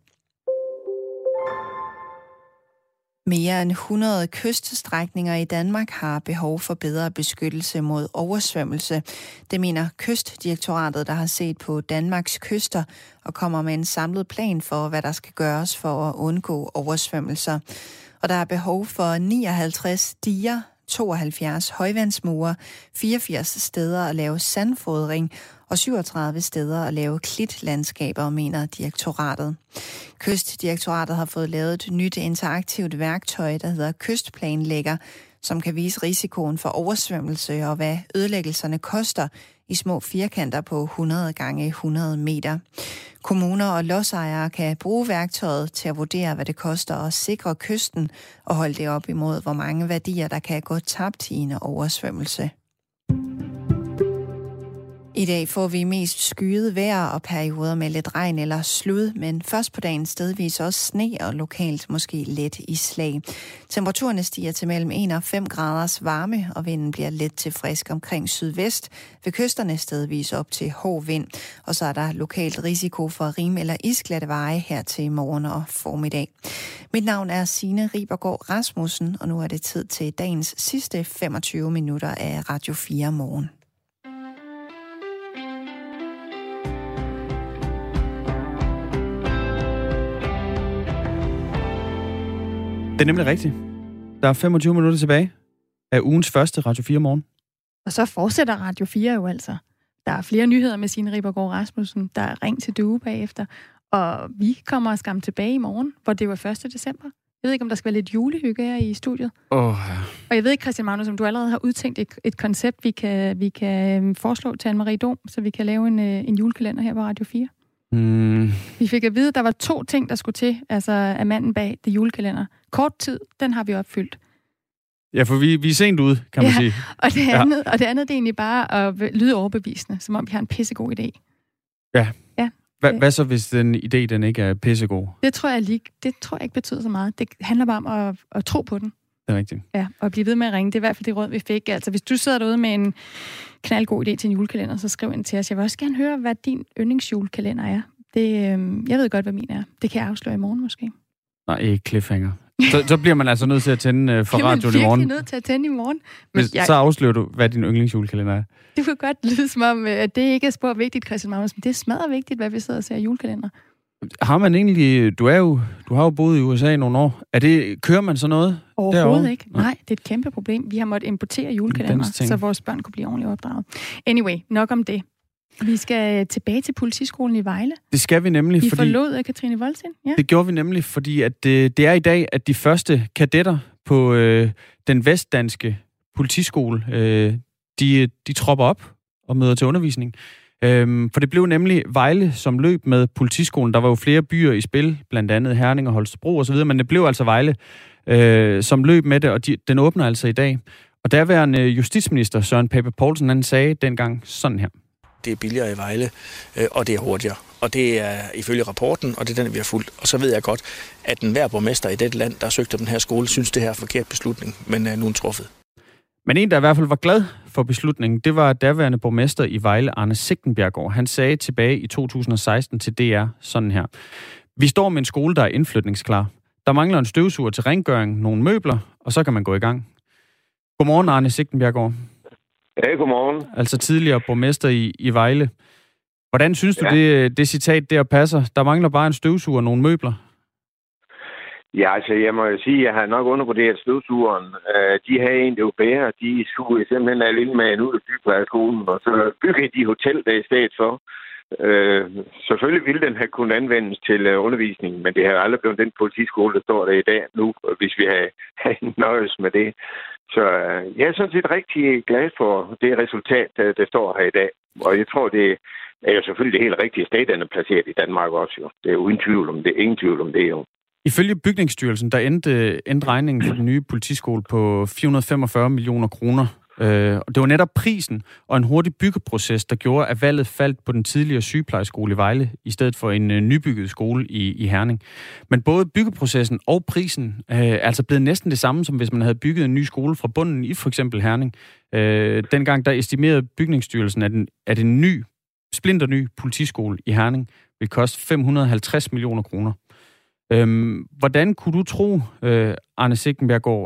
Mere end 100 kyststrækninger i Danmark har behov for bedre beskyttelse mod oversvømmelse. Det mener Kystdirektoratet, der har set på Danmarks kyster og kommer med en samlet plan for, hvad der skal gøres for at undgå oversvømmelser. Og der er behov for 59 diger, 72 højvandsmure, 84 steder at lave sandfodring og 37 steder at lave klitlandskaber, mener direktoratet. Kystdirektoratet har fået lavet et nyt interaktivt værktøj, der hedder Kystplanlægger, som kan vise risikoen for oversvømmelse og hvad ødelæggelserne koster i små firkanter på 100 gange 100 meter. Kommuner og lodsejere kan bruge værktøjet til at vurdere, hvad det koster at sikre kysten og holde det op imod, hvor mange værdier, der kan gå tabt i en oversvømmelse. I dag får vi mest skyet vejr og perioder med lidt regn eller slud, men først på dagen stedvis også sne og lokalt måske let i slag. Temperaturerne stiger til mellem 1 og 5 graders varme, og vinden bliver let til frisk omkring sydvest. Ved kysterne stedvis op til hård vind, og så er der lokalt risiko for rim- eller isglatte veje her til morgen og formiddag. Mit navn er Signe Ribergaard Rasmussen, og nu er det tid til dagens sidste 25 minutter af Radio 4 Morgen. Det er nemlig rigtigt. Der er 25 minutter tilbage af ugens første Radio 4 Morgen. Og så fortsætter Radio 4 jo altså. Der er flere nyheder med Signe Ribergaard Rasmussen. Der er ring til Due bagefter. Og vi kommer skam tilbage i morgen, hvor det var 1. december. Jeg ved ikke, om der skal være lidt julehygge her i studiet. Ja. Og jeg ved ikke, Christian Magnus, om du allerede har udtænkt et koncept, vi kan foreslå til Anne-Marie Dom, så vi kan lave en julekalender her på Radio 4. Vi fik at vide, at der var 2 ting, der skulle til, altså af manden bag det julekalender. Kort tid, den har vi opfyldt. Ja, for vi er sent ude, kan man sige. Og det andet, det er egentlig bare at lyde overbevisende, som om vi har en pissegod idé. Ja. Hvad så, hvis den idé, den ikke er pissegod? Det tror jeg ikke betyder så meget. Det handler bare om at tro på den. Det er rigtigt. Ja, og blive ved med at ringe. Det er i hvert fald det råd, vi fik. Altså, hvis du sidder derude med en knaldgod idé til en julekalender, så skriv ind til os. Jeg vil også gerne høre, hvad din yndlingsjulekalender er. Jeg ved godt, hvad min er. Det kan jeg afsløre i morgen måske. Nej, ikke cliffhanger. Så bliver man altså nødt til at tænde for radioen i morgen. Det er nødt til at tænde i morgen. Så afslører du, hvad din yndlingsjulekalender er. Det kunne godt lyde som om, at det ikke er spor vigtigt, Christian Magnus, men det er smadret vigtigt, hvad vi sidder og ser i julekalender. Har man egentlig... Du har jo boet i USA i nogle år. Kører man så noget overhovedet derovre? Ikke. Nej, det er et kæmpe problem. Vi har måttet importere julekalender, så vores børn kunne blive ordentligt opdraget. Anyway, nok om det. Vi skal tilbage til politiskolen i Vejle. Det skal vi nemlig, fordi... Vi forlod Katrine Volsin. Ja. Det gjorde vi nemlig, fordi at det er i dag, at de første kadetter på den vestdanske politiskole, de tropper op og møder til undervisning. For det blev nemlig Vejle, som løb med politiskolen. Der var jo flere byer i spil, blandt andet Herning og Holstebro osv., men det blev altså Vejle, som løb med det, og den åbner altså i dag. Og derværende justitsminister Søren Pape Poulsen, han sagde dengang sådan her. Det er billigere i Vejle, og det er hurtigere. Og det er ifølge rapporten, og det er den, vi har fulgt. Og så ved jeg godt, at enhver borgmester i dette land, der har søgt den her skole, synes, det her er en forkert beslutning, men er nu truffet. Men en, der i hvert fald var glad for beslutningen, det var daværende borgmester i Vejle, Arne Sigtenbjerggaard. Han sagde tilbage i 2016 til DR sådan her. Vi står med en skole, der er indflytningsklar. Der mangler en støvsuger til rengøring, nogle møbler, og så kan man gå i gang. Godmorgen, Arne Sigtenbjerggaard. Ja, godmorgen. Altså tidligere borgmester i Vejle. Hvordan synes du, det citat der passer? Der mangler bare en støvsuger og nogle møbler. Ja, altså jeg må jo sige, at jeg har nok undervurderet støvsugeren. De havde en, det var bedre. De sugede simpelthen alle ind med en ud af sygeplejeskolen, og så byggede de hotel der i stedet for. Selvfølgelig ville den have kunnet anvendes til undervisning, men det har aldrig blevet den politiskole, der står der i dag nu, hvis vi havde nøjes med det. Så jeg er sådan set rigtig glad for det resultat, der står her i dag. Og jeg tror, det er jo selvfølgelig det helt rigtige sted, den er placeret i Danmark også. Jo. Det er uden tvivl om det. Ingen tvivl om det jo. Ifølge Bygningsstyrelsen, der endte regningen for den nye politiskole på 445 millioner kroner. Og det var netop prisen og en hurtig byggeproces, der gjorde, at valget faldt på den tidligere sygeplejeskole i Vejle, i stedet for en nybygget skole i Herning. Men både byggeprocessen og prisen er altså blevet næsten det samme, som hvis man havde bygget en ny skole fra bunden i for eksempel Herning. Dengang der estimerede Bygningsstyrelsen, at en ny, splinterny politiskole i Herning vil koste 550 millioner kroner. Hvordan kunne du tro, Arne Sigtenbjerggaard,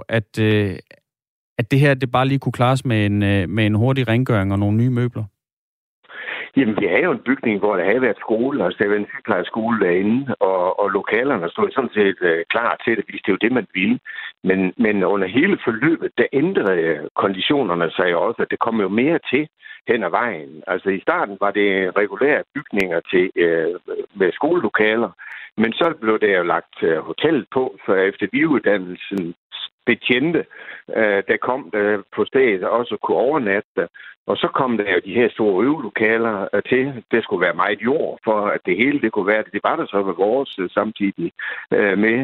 at det her det bare lige kunne klares med en hurtig rengøring og nogle nye møbler? Jamen, vi er jo en bygning, hvor der har været skole, og der har været en sygeplejeskole derinde, og lokalerne stod sådan set klar til det, hvis det er jo det, man ville. Men under hele forløbet, der ændrede konditionerne sig også, at det kom jo mere til hen ad vejen. Altså i starten var det regulære bygninger med skolelokaler, men så blev der jo lagt hotellet på, så efter videreuddannelsen betjente, der kom der på stedet også kunne overnatte. Og så kom der jo de her store øvelokaler til. Det skulle være meget jord for, at det hele det kunne være det. Det var der så med vores samtidig med.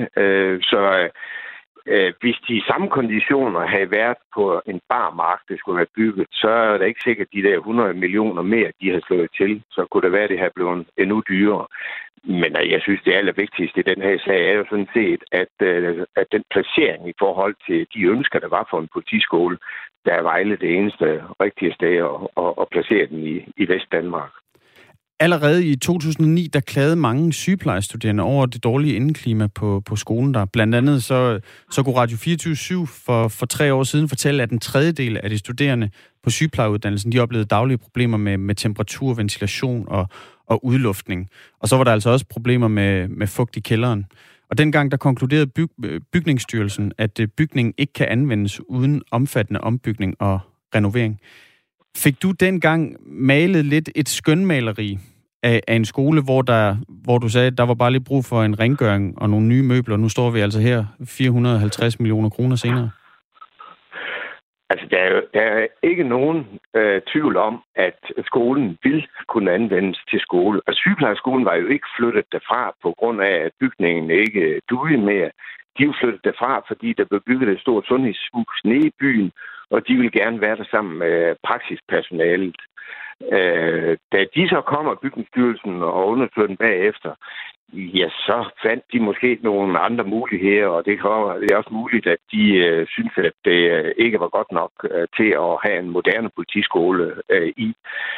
Hvis de samme konditioner havde været på en bar mark, det skulle være bygget, så er det ikke sikkert, at de der 100 millioner mere, de har slået til. Så kunne det være, at det havde blevet endnu dyrere. Men jeg synes, det allervigtigste i den her sag er jo sådan set, at den placering i forhold til de ønsker, der var for en politiskole, der er Vejle det eneste rigtige sted at placere den i Vestdanmark. Allerede i 2009, der klagede mange sygeplejestuderende over det dårlige indeklima på skolen der. Blandt andet så kunne Radio 24/7 for 3 år siden fortælle, at en tredjedel af de studerende på sygeplejeuddannelsen, de oplevede daglige problemer med temperatur, ventilation og udluftning. Og så var der altså også problemer med fugt i kælderen. Og dengang der konkluderede Bygningsstyrelsen, at bygningen ikke kan anvendes uden omfattende ombygning og renovering. Fik du dengang malet lidt et skønmaleri af en skole, hvor du sagde, at der var bare lige brug for en rengøring og nogle nye møbler? Nu står vi altså her 450 millioner kroner senere. Altså, der er ikke nogen tvivl om, at skolen vil kunne anvendes til skole. Og sygeplejeskolen var jo ikke flyttet derfra på grund af, at bygningen ikke duede mere. de er jo flyttet derfra, fordi der blev bygget et stort sundhedshus nede i byen, og de vil gerne være der sammen med praksispersonalet. Da de så kommer Bygningsstyrelsen og undersøger den bagefter, ja, så fandt de måske nogle andre muligheder, og det er også muligt, at de synes, at det ikke var godt nok til at have en moderne politiskole i.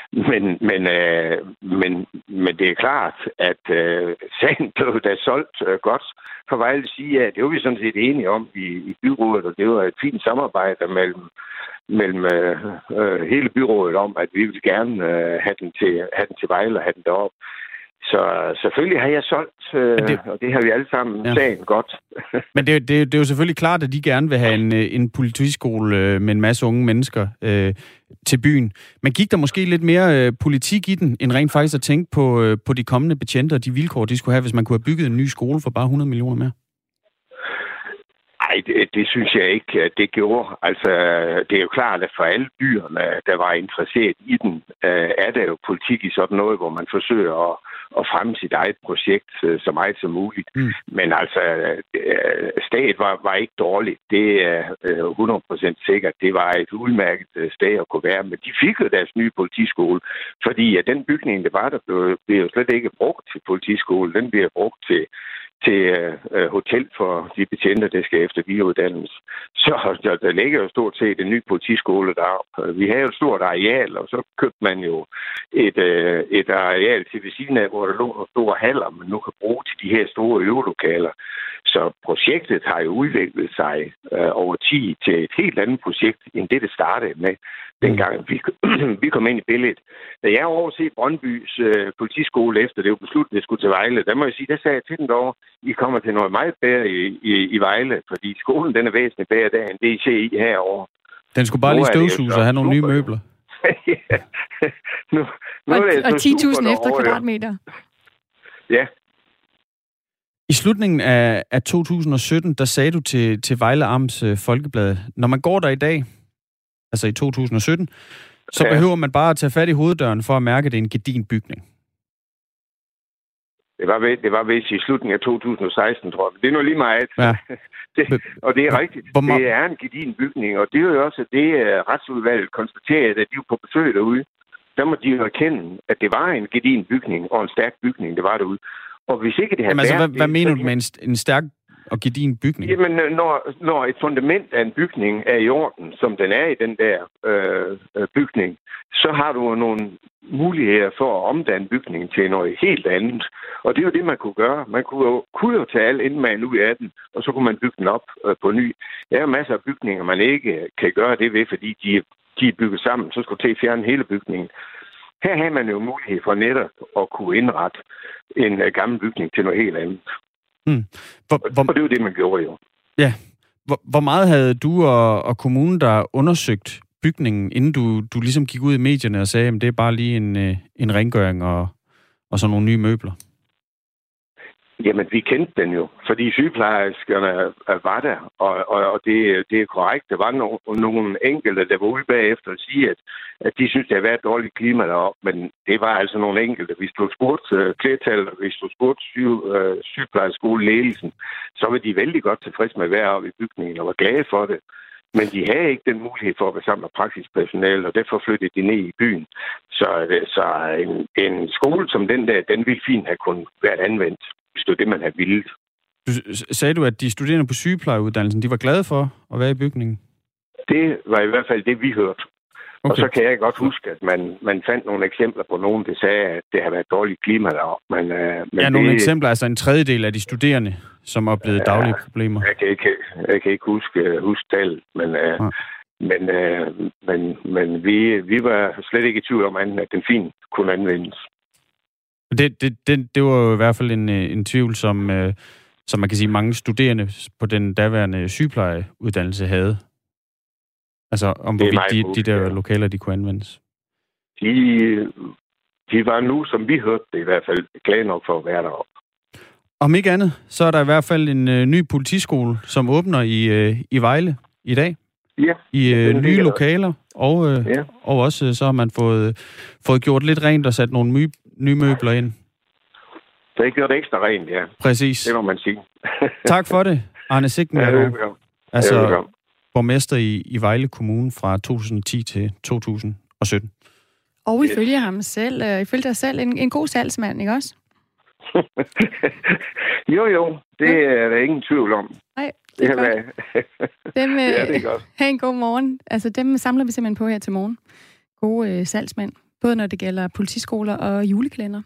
Men det er klart, at sagen blev da solgt godt for Vejle sige, at det var vi sådan set enige om i byrådet, og det var et fint samarbejde mellem hele byrådet om, at vi ville gerne have den til Vejle og have den derop. Så selvfølgelig har jeg solgt, og det har vi alle sammen sagen godt. Men det er jo selvfølgelig klart, at de gerne vil have en politiskole med en masse unge mennesker til byen. Men gik der måske lidt mere politik i den, end rent faktisk at tænke på de kommende betjente og de vilkår, de skulle have, hvis man kunne have bygget en ny skole for bare 100 millioner mere? Nej, det synes jeg ikke, at det gjorde. Altså, det er jo klart, at for alle byerne, der var interesseret i den, er der jo politik i sådan noget, hvor man forsøger at fremme sit eget projekt så meget som muligt. Men altså, stedet var ikke dårligt. Det er 100% sikkert. Det var et udmærket sted at kunne være. Men de fik jo deres nye politiskole, fordi at den bygning, der var, der blev jo slet ikke brugt til politiskole. Den bliver brugt til hotel for de betjente, der skal efter videreuddannes. Så der ligger jo stort set en ny politiskole deroppe. Vi har jo et stort areal, og så købte man jo et areal til ved siden af, hvor der lå nogle store haller, man nu kan bruge til de her store øvelokaler. Så projektet har jo udviklet sig over tid til et helt andet projekt, end det startede med, dengang vi kom ind i billedet. Da jeg overset Brøndbys politiskole efter det var besluttet, at det skulle til Vejle, der må jeg sige, der sagde jeg til den derovre, I kommer til noget meget bedre i Vejle, fordi skolen den er væsentligt bedre der, end det I ser i herovre. Den skulle bare lige støvsuge og have nogle nye møbler. Og 10.000 efter kvadratmeter. Ja. I slutningen af 2017, der sagde du til Vejle Amts Folkeblad, når man går der i dag, altså i 2017, så behøver man bare at tage fat i hoveddøren for at mærke, at det er en gedigen bygning. Det var vist i slutningen af 2016, tror jeg. Det er nu lige meget. Ja. Og det er rigtigt. Det er en gedigen bygning, og det er jo også det, retsudvalget konstaterede, at de var på besøg derude. Der må de jo erkende, at det var en gedigen bygning og en stærk bygning, det var derude. Og hvis ikke det havde været... Hvad mener du med en stærk og gedigen bygning? Jamen, når et fundament af en bygning er i orden, som den er i den der bygning, så har du nogle muligheder for at omdanne bygningen til noget helt andet. Og det er jo det, man kunne gøre. Man kunne jo tage al indmand ud af den, og så kunne man bygge den op på ny. Der er masser af bygninger, man ikke kan gøre det ved, fordi de er bygget sammen, så skulle til at fjerne hele bygningen. Her har man jo mulighed for netop at kunne indrette en gammel bygning til noget helt andet. Og det er jo det, man gjorde jo. Ja. Hvor meget havde du og kommunen, der undersøgt bygningen, inden du ligesom gik ud i medierne og sagde, at det er bare lige en rengøring og så nogle nye møbler? Jamen, vi kendte den jo, fordi sygeplejerskerne var der, og det er korrekt. Der var nogle enkelte, der var ude bagefter at sige, at de synes, det har været et dårligt klima deroppe, men det var altså nogle enkelte. Hvis du spurgte flertallet, hvis du spurgte sygeplejerskoleledelsen, så var de vældig godt tilfredse med at være oppe i bygningen og var glade for det. Men de havde ikke den mulighed for at være sammen med praksispersonale, og derfor flyttede de ned i byen. Så en skole som den der, den ville fint have kunnet været anvendt, hvis det var det, man havde villet. Sagde du, at de studerende på sygeplejeuddannelsen, de var glade for at være i bygningen? Det var i hvert fald det, vi hørte. Okay. Og så kan jeg godt huske, at man fandt nogle eksempler på nogen, der sagde, at det har været dårligt klima deroppe. Men nogle eksempler, altså en tredjedel af de studerende, som oplevede daglige problemer. Jeg kan ikke huske tallet, men vi var slet ikke i tvivl om, at den fint kunne anvendes. Det var jo i hvert fald en tvivl, som man kan sige, mange studerende på den daværende sygeplejeuddannelse havde. Altså, om hvorvidt de der lokaler, de kunne anvendes. De var nu, som vi hørte det i hvert fald, glade nok for at være deroppe. Om ikke andet, så er der i hvert fald en ny politiskole, som åbner i Vejle i dag. Ja. I nye lokaler, og også så har man fået gjort lidt rent og sat nogle nye møbler ind. Det har gjort ekstra rent, ja. Præcis. Det må man sige. Tak for det, Arne Sigtenberg, altså borgmester i Vejle Kommune fra 2010 til 2017. Og ifølge ham selv, ifølge dig selv, en god salgsmand, ikke også? Jo, det er der ingen tvivl om. Nej, det er godt. Dem, det er det godt. Ha' en god morgen. Altså, dem samler vi simpelthen på her til morgen. Gode salgsmænd, både når det gælder politiskoler og julekalender.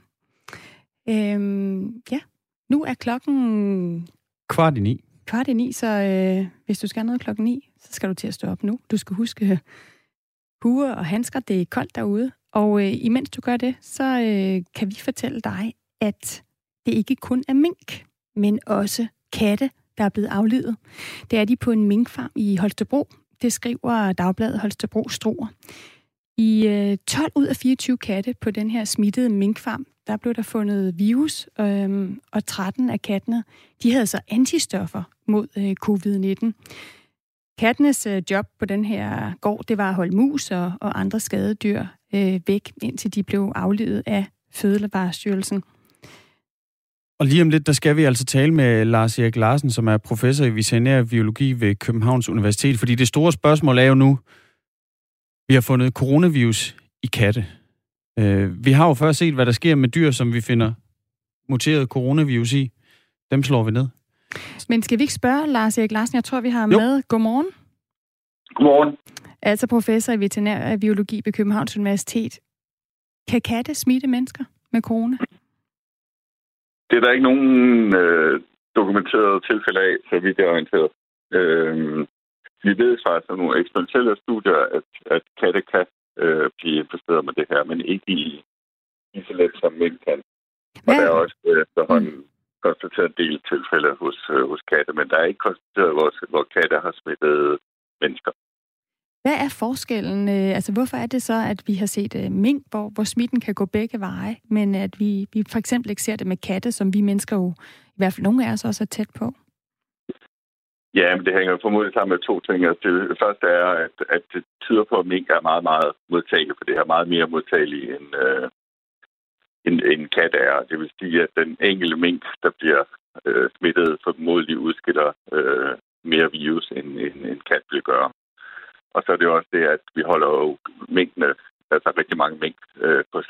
Ja, nu er klokken 8:45. 8:45, så hvis du skal noget 9:00, så skal du til at stå op nu. Du skal huske huer og handsker, det er koldt derude. Og imens du gør det, så kan vi fortælle dig, at det ikke kun er mink, men også katte, der er blevet aflivet. Det er de på en minkfarm i Holstebro. Det skriver Dagbladet Holstebro Struer. I 12 ud af 24 katte på den her smittede minkfarm, der blev der fundet virus, og 13 af kattene, de havde så antistoffer mod covid-19. Kattenes job på den her gård, det var at holde mus og andre skadedyr væk, indtil de blev aflivet af Fødevarestyrelsen. Og lige om lidt, der skal vi altså tale med Lars Erik Larsen, som er professor i veterinær biologi ved Københavns Universitet, fordi det store spørgsmål er jo nu, vi har fundet coronavirus i katte. Vi har jo før set, hvad der sker med dyr, som vi finder muteret coronavirus i. Dem slår vi ned. Men skal vi ikke spørge Lars Erik Larsen? Jeg tror, vi har med. Godmorgen. Godmorgen. Altså professor i veterinær biologi ved Københavns Universitet. Kan katte smitte mennesker med corona? Det er der ikke nogen dokumenterede tilfælde af, så vidt jeg er orienteret. Vi ved faktisk af nogle eksperimentelle studier, at katte kan blive infesteret med det her, men ikke i så let som mink kan. Og der er også efterhånden konstateret en del tilfælde hos katte, men der er ikke konstateret, hvor katte har smittet mennesker. Hvad er forskellen? Altså, hvorfor er det så, at vi har set mink, hvor smitten kan gå begge veje, men at vi for eksempel ikke ser det med katte, som vi mennesker jo, i hvert fald nogle af os også er tæt på? Ja, men det hænger formodentlig sammen med to ting. Det første er, at det tyder på, at mink er meget, meget modtagelig for det her. Meget mere modtagelig end kat er. Det vil sige, at den enkelte mink, der bliver smittet, formodentlig udskiller mere virus, end en kat vil gøre. Og så er det jo også det, at vi holder jo minkene, altså rigtig mange mink, på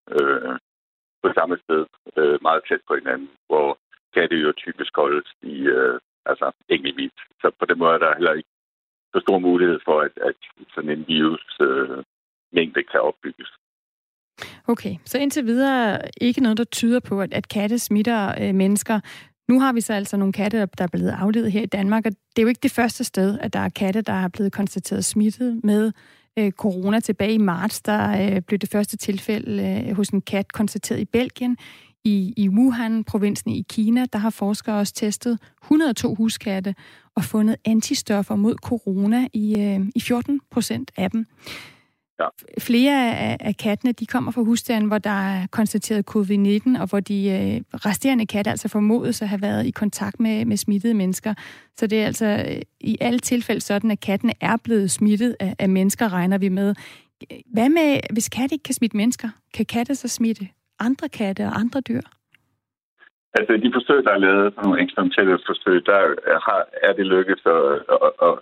samme sted, meget tæt på hinanden, hvor katte jo typisk holdes i enkeltvis. Så på den måde er der heller ikke så stor mulighed for, at sådan en virusmængde kan opbygges. Okay, så indtil videre ikke noget, der tyder på, at katte smitter mennesker. Nu har vi så altså nogle katte, der er blevet aflevet her i Danmark, og det er jo ikke det første sted, at der er katte, der er blevet konstateret smittet med corona. Tilbage i marts, der blev det første tilfælde hos en kat konstateret i Belgien. I Wuhan-provinsen i Kina, der har forskere også testet 102 huskatte og fundet antistoffer mod corona i 14% af dem. Ja. Flere af kattene, de kommer fra husstanden, hvor der er konstateret covid-19, og hvor de resterende katte altså formodes at have været i kontakt med smittede mennesker. Så det er altså i alle tilfælde sådan, at kattene er blevet smittet af mennesker, regner vi med. Hvad med, hvis katte ikke kan smitte mennesker? Kan katte så smitte andre katte og andre dyr? Altså, de forsøg, der er lavet, sådan nogle eksperimentelle forsøg, der er det lykkedes at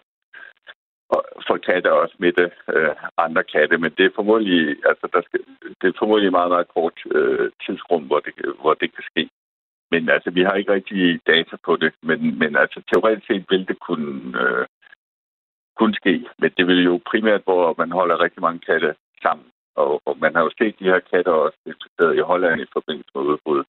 for katte og smitte andre katte, men det er formodentlig, det er formodentlig meget, meget kort tidsrum, hvor det kan ske. Men altså, vi har ikke rigtig data på det, men altså, teoretisk set vil det kunne ske. Men det vil jo primært, hvor man holder rigtig mange katte sammen. Og man har jo set de her katter også infficeret i Holland i forbindelse med udbrud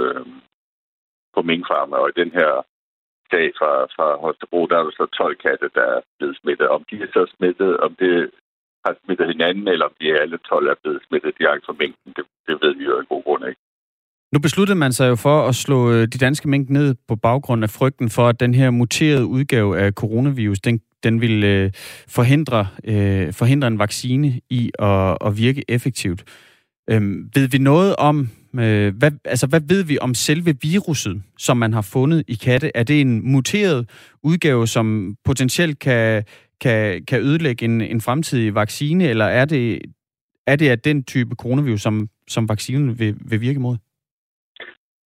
på minkfarmer, og i den her sag fra Holstebro, der er jo så 12 katte, der er blevet smittet. Om de er så smittet, om det har smittet hinanden, eller om de alle 12 er blevet smittet direkte fra minken, det ved vi jo i god grund ikke. Nu besluttede man sig jo for at slå de danske mink ned på baggrund af frygten for, at den her muterede udgave af coronavirus, den ville forhindre en vaccine i at virke effektivt. Ved vi noget om, hvad ved vi om selve viruset, som man har fundet i katte? Er det en muteret udgave, som potentielt kan ødelægge en fremtidig vaccine, eller er det af den type coronavirus, som vaccinen vil virke mod?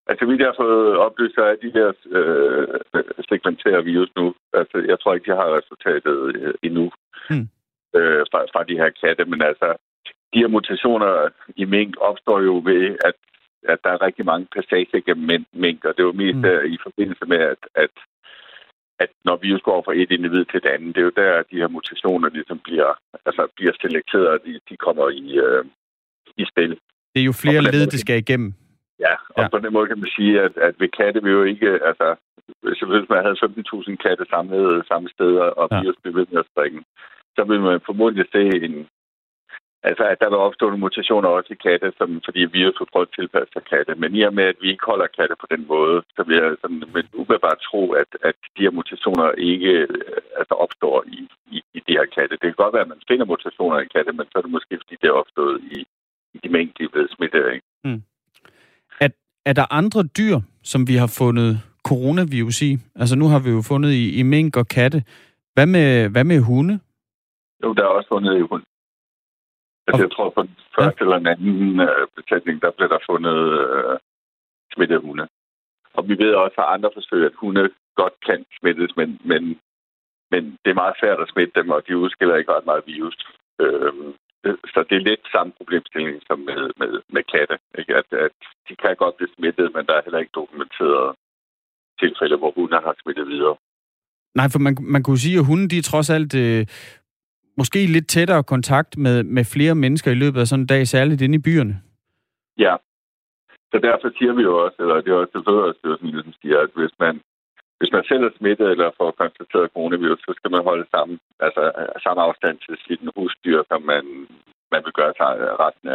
Altså, vidt jeg har fået oplyst, så er de her sekventere virus nu. Altså, jeg tror ikke, jeg har resultatet endnu fra de her katte, men altså, de her mutationer i mink opstår jo ved, at der er rigtig mange passager gennem mink, og det er jo mest i forbindelse med, at når virus går fra et individ til et andet, det er jo der, de her mutationer ligesom bliver selekteret, og de kommer i spil. Det er jo flere led, det skal igennem. Ja, og på den måde kan man sige, at ved katte vil jo ikke, altså, hvis man havde 15.000 katte samlet samme steder, og virus blev ved med at springe, så vil man formodentlig se at der vil opstå nogle mutationer også i katte, fordi virus vil prøve at tilpasse sig katte. Men i og med, at vi ikke holder katte på den måde, så vil jeg sådan umiddelbart tro, at de her mutationer ikke opstår i de her katte. Det kan godt være, at man finder mutationer i katte, men så er det måske, fordi det er opstået i de mængder, de er blevet smittet af. Er der andre dyr, som vi har fundet coronavirus i? Altså nu har vi jo fundet i mink og katte. Hvad med hunde? Jo, der er også fundet i hunde. Altså, jeg tror, på den første eller den anden besætning, der blev der fundet smittede hunde. Og vi ved også fra andre forsøg, at hunde godt kan smittes, men det er meget svært at smitte dem, og de udskiller ikke ret meget virus. Så det er lidt samme problemstilling som med katte. Ikke? At de kan godt blive smittet, men der er heller ikke dokumenteret tilfælde, hvor hunde har smittet videre. Nej, for man kunne sige, at hunde, de er trods alt måske lidt tættere kontakt med flere mennesker i løbet af sådan en dag, særligt inde i byerne. Ja, så derfor siger vi jo også, eller det er også det Fødevarestyrelsen, som siger, at hvis man selv er smittet eller får konstateret coronavirus, så skal man holde samme afstand til sit husdyr, som man vil gøre sig retten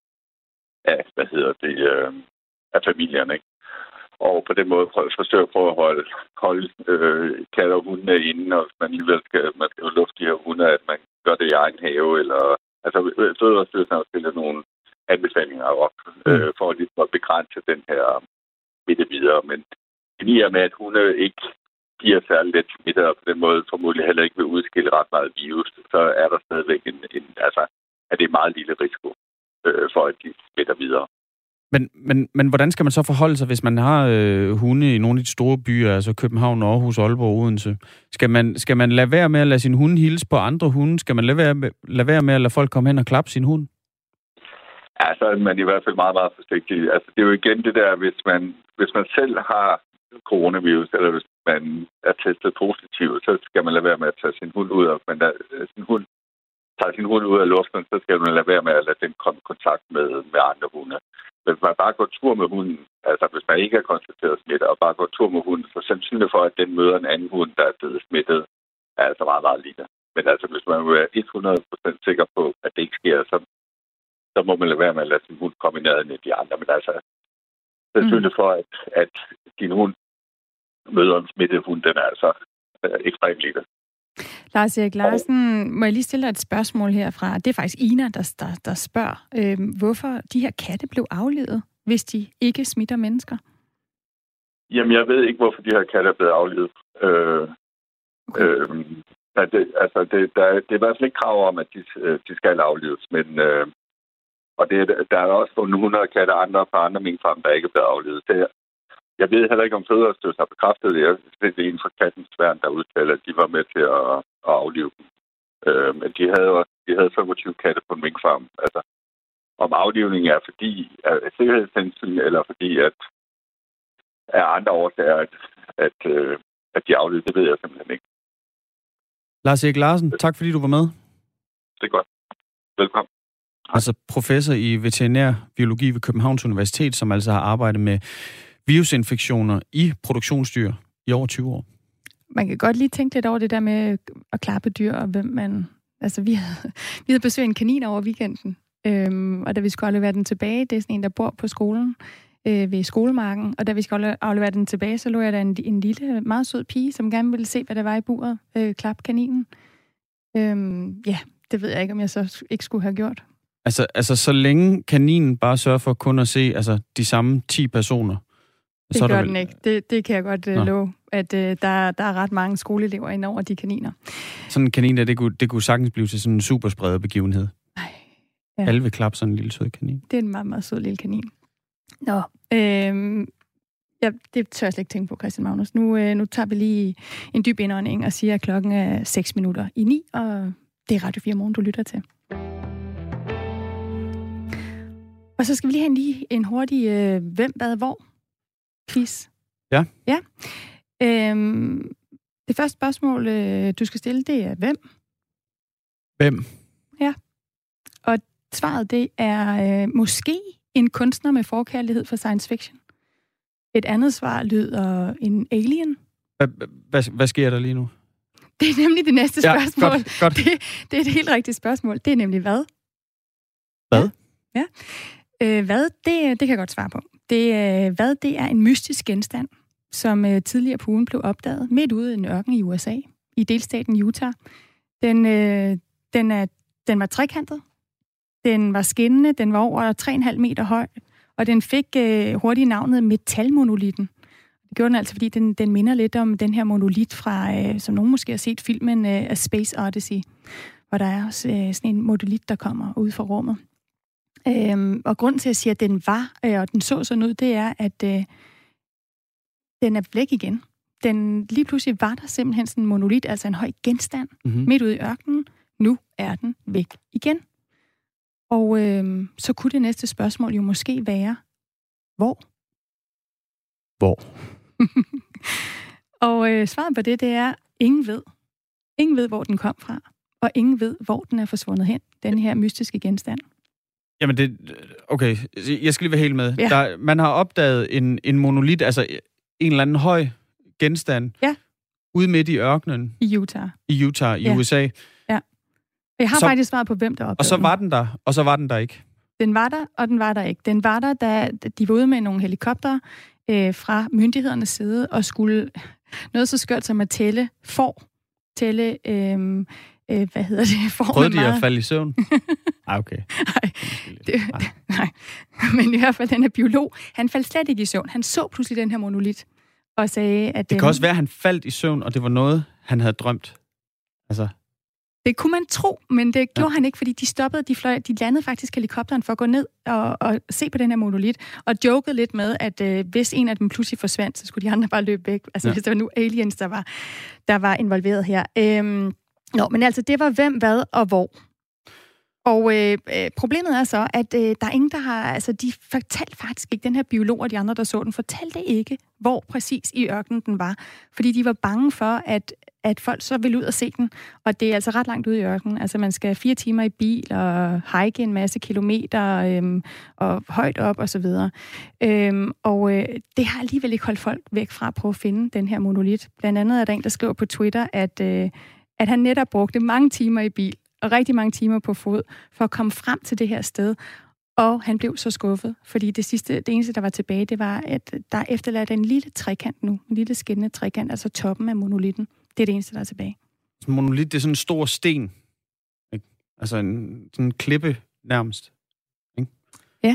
af familierne, ikke? Og på den måde forsøge på at holde katter og hundene inde, og hvis man alligevel skal lufte de her hunde, at man gør det i egen have, eller Fødevarestyrelsen har stillet nogle anbefalinger op for at begrænse den her smitte videre, men i og med, at hunde ikke bliver særlig let smittet, og på den måde formodentlig heller ikke vil udskille ret meget virus, så er der stadigvæk at det er meget lille risiko for, at de smitter videre. Men hvordan skal man så forholde sig, hvis man har hunde i nogle af de store byer, altså København, Aarhus, Aalborg, Odense? Skal man lade være med at lade sin hunde hilse på andre hunde? Skal man lade være med at lade folk komme hen og klappe sin hund? Ja, så er man i hvert fald meget, meget forsigtig. Altså, det er jo igen det der, hvis man selv har coronavirus, eller hvis man er testet positiv, så skal man lade være med at tage sin hund ud, og man tager sin hund ud af luften, så skal man lade være med at lade den komme i kontakt med andre hunde. Hvis man bare går tur med hunden, altså hvis man ikke er konstateret smittet, og bare går tur med hunden, så sandsynligt for, at den møder en anden hund, der er blevet smittet, er altså meget, meget lille. Men altså, hvis man er 100% sikker på, at det ikke sker, så må man lade være med at lade sin hund komme i nærheden af de andre. Men altså, sandsynligt for, at din hund møder en smittet hund, den er altså ekstremt lille. Lars Erik Larsen, må jeg lige stille dig et spørgsmål herfra? Det er faktisk Ina, der spørger, hvorfor de her katte blev aflivet, hvis de ikke smitter mennesker? Jamen, jeg ved ikke, hvorfor de her katte er blevet aflivet. Det er i hvert fald ikke krav om, at de skal aflives, men og der er også nogle 100 katte på andre minkfarme, der ikke er blevet aflivet. Jeg ved heller ikke, om Fødevarestyrelsen har bekræftet det. Det er en fra Kattens Værn, der udtaler, at de var med til at aflive dem. Men de havde 25 katte på en minkfarm. Altså, om aflivningen er fordi af sikkerhedshensyn, eller fordi at andre årsager, at de aflivede, det ved jeg simpelthen ikke. Lars Erik Larsen, tak fordi du var med. Det er godt. Velkommen. Altså professor i veterinærbiologi ved Københavns Universitet, som altså har arbejdet med virusinfektioner i produktionsdyr i over 20 år. Man kan godt lige tænke lidt over det der med at klappe dyr, og hvem man... Altså, vi havde besøgt en kanin over weekenden, og da vi skulle aflevere den tilbage, det er sådan en, der bor på skolen ved skolemarken, og da vi skulle aflevere den tilbage, så lå jeg der en lille, meget sød pige, som gerne ville se, hvad der var i buret, klappe kaninen. Det ved jeg ikke, om jeg så ikke skulle have gjort. Altså så længe kaninen bare sørger for kun at se de samme 10 personer, det gør den ikke. Det kan jeg godt love, at der er ret mange skoleelever ind over de kaniner. Sådan en kanin der, det kunne sagtens blive til sådan en superspredet begivenhed. Nej. Ja. Alle vil klappe sådan en lille sød kanin. Det er en meget, meget sød lille kanin. Nå, Ja, det tør jeg slet ikke tænke på, Christian Magnus. Nu tager vi lige en dyb indånding og siger, at klokken er 6:09, og det er Radio 4 Morgen, du lytter til. Og så skal vi lige have en hurtig hvem, hvad, hvor quiz. Ja. Ja. Det første spørgsmål, du skal stille, det er hvem? Hvem? Ja. Og svaret, det er måske en kunstner med forkærlighed for science fiction. Et andet svar lyder en alien. Hvad sker der lige nu? Det er nemlig det næste spørgsmål. Godt. Det er et helt rigtigt spørgsmål. Det er nemlig hvad? Hvad? Ja. Hvad? Det kan jeg godt svare på. Hvad? Det er en mystisk genstand, som tidligere på ugen blev opdaget midt ude i en ørken i USA, i delstaten Utah. Den var trekantet. Den var skinnende. Den var over 3,5 meter høj. Og den fik hurtigt navnet metalmonolitten. Det gjorde den altså, fordi den minder lidt om den her monolit fra, som nogen måske har set filmen A Space Odyssey, hvor der er også sådan en monolit, der kommer ud fra rummet. Og grunden til, at jeg siger, at den var, og den så sådan ud, det er, at den er væk igen. Lige pludselig var der simpelthen sådan en monolit, altså en høj genstand, midt ude i ørkenen. Nu er den væk igen. Og så kunne det næste spørgsmål jo måske være, hvor? Hvor? Og svaret på det er, ingen ved. Ingen ved, hvor den kom fra. Og ingen ved, hvor den er forsvundet hen, den her mystiske genstand. Jamen okay, jeg skal lige være helt med. Ja. Man har opdaget en monolit, altså en eller anden høj genstand, ude midt i ørkenen. I Utah. I Utah, i USA. Ja. Jeg har faktisk svaret på, hvem der opdagede. Og så var den der, og så var den der ikke. Den var der, og den var der ikke. Den var der, da de var ude med nogle helikoptere fra myndighedernes side, og skulle noget så skørt som at tælle hvad hedder det? Prøvede de at falde i søvn? Okay. Nej. Men i hvert fald, den her biolog, han faldt slet ikke i søvn. Han så pludselig den her monolit, og sagde, at... Det kan også være, at han faldt i søvn, og det var noget, han havde drømt. Altså... Det kunne man tro, men det gjorde han ikke, fordi de stoppede, de landede faktisk helikopteren for at gå ned og se på den her monolit, og jokede lidt med, at hvis en af dem pludselig forsvandt, så skulle de andre bare løbe væk. Altså hvis der var nu aliens, der var involveret her. Men altså, det var hvem, hvad og hvor. Og problemet er så, at der er ingen, der har... Altså, de fortalte faktisk ikke, den her biolog og de andre, der så den, fortalte ikke, hvor præcis i ørkenen den var. Fordi de var bange for, at folk så ville ud og se den. Og det er altså ret langt ude i ørkenen. Altså, man skal 4 timer i bil og hike en masse kilometer og højt op og så videre. Det har alligevel ikke holdt folk væk fra at prøve at finde den her monolit. Blandt andet er der en, der skriver på Twitter, at han netop brugte mange timer i bil og rigtig mange timer på fod, for at komme frem til det her sted. Og han blev så skuffet, fordi det eneste, der var tilbage, det var, at der er efterladt en lille trekant nu. En lille skinnende trekant, altså toppen af monolitten. Det er det eneste, der er tilbage. Monolit, det er sådan en stor sten. Ikke? Altså sådan en klippe nærmest. Ikke? Ja.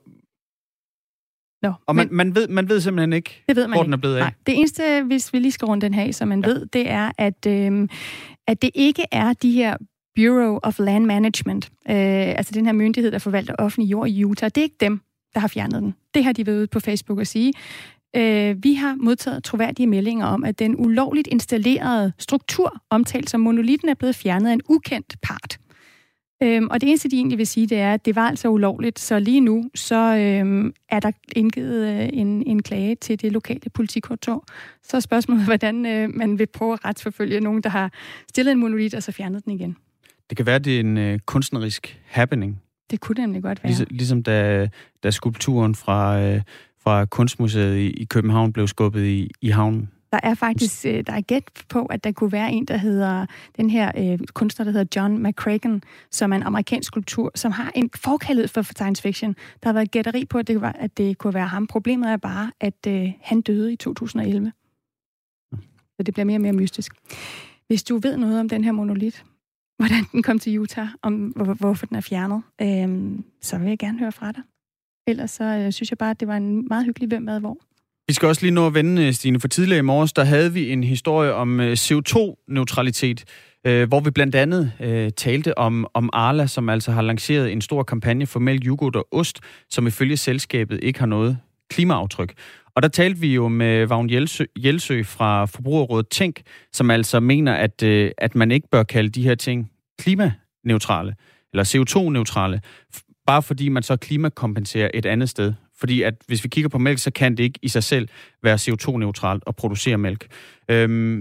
Og man ved simpelthen ikke, hvor den er blevet af. Nej. Det eneste, hvis vi lige skal runde den her, som man ved, det er, at det ikke er de her Bureau of Land Management, altså den her myndighed, der forvalter offentlig jord i Utah. Det er ikke dem, der har fjernet den. Det har de været ude på Facebook at sige. Vi har modtaget troværdige meldinger om, at den ulovligt installerede struktur, omtalt som monolitten, er blevet fjernet af en ukendt part. Og det eneste, de egentlig vil sige, det er, at det var altså ulovligt. Så lige nu, så er der indgivet en klage til det lokale politikontor. Så er spørgsmålet, hvordan man vil prøve at retsforfølge nogen, der har stillet en monolit og så fjernet den igen. Det kan være, at det er en kunstnerisk happening. Det kunne det nemlig godt være. Ligesom da skulpturen fra Kunstmuseet i København blev skubbet i havnen. Der er faktisk gæt på, at der kunne være en, der hedder den her kunstner, der hedder John McCracken, som er en amerikansk skulptur, som har en forkærlighed for science fiction. Der har været gætteri på, at det kunne være ham. Problemet er bare, at han døde i 2011. Så det bliver mere og mere mystisk. Hvis du ved noget om den her monolit, hvordan den kom til Utah, om hvorfor den er fjernet, så vil jeg gerne høre fra dig. Ellers så synes jeg bare, at det var en meget hyggelig hvem, hvad, hvor. Vi skal også lige nå at vende, Stine. For tidligere i morges, der havde vi en historie om CO2-neutralitet, hvor vi blandt andet talte om Arla, som altså har lanceret en stor kampagne for mælk, yoghurt og ost, som ifølge selskabet ikke har noget klimaaftryk. Og der talte vi jo med Vagn Jelsø fra Forbrugerrådet Tænk, som altså mener, at man ikke bør kalde de her ting klimaneutrale eller CO2-neutrale, bare fordi man så klimakompenserer et andet sted. Fordi at hvis vi kigger på mælk, så kan det ikke i sig selv være CO2-neutralt at producere mælk.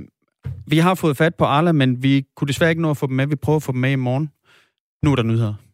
Vi har fået fat på Arla, men vi kunne desværre ikke nå at få dem med. Vi prøver at få dem med i morgen. Nu er der nyheder.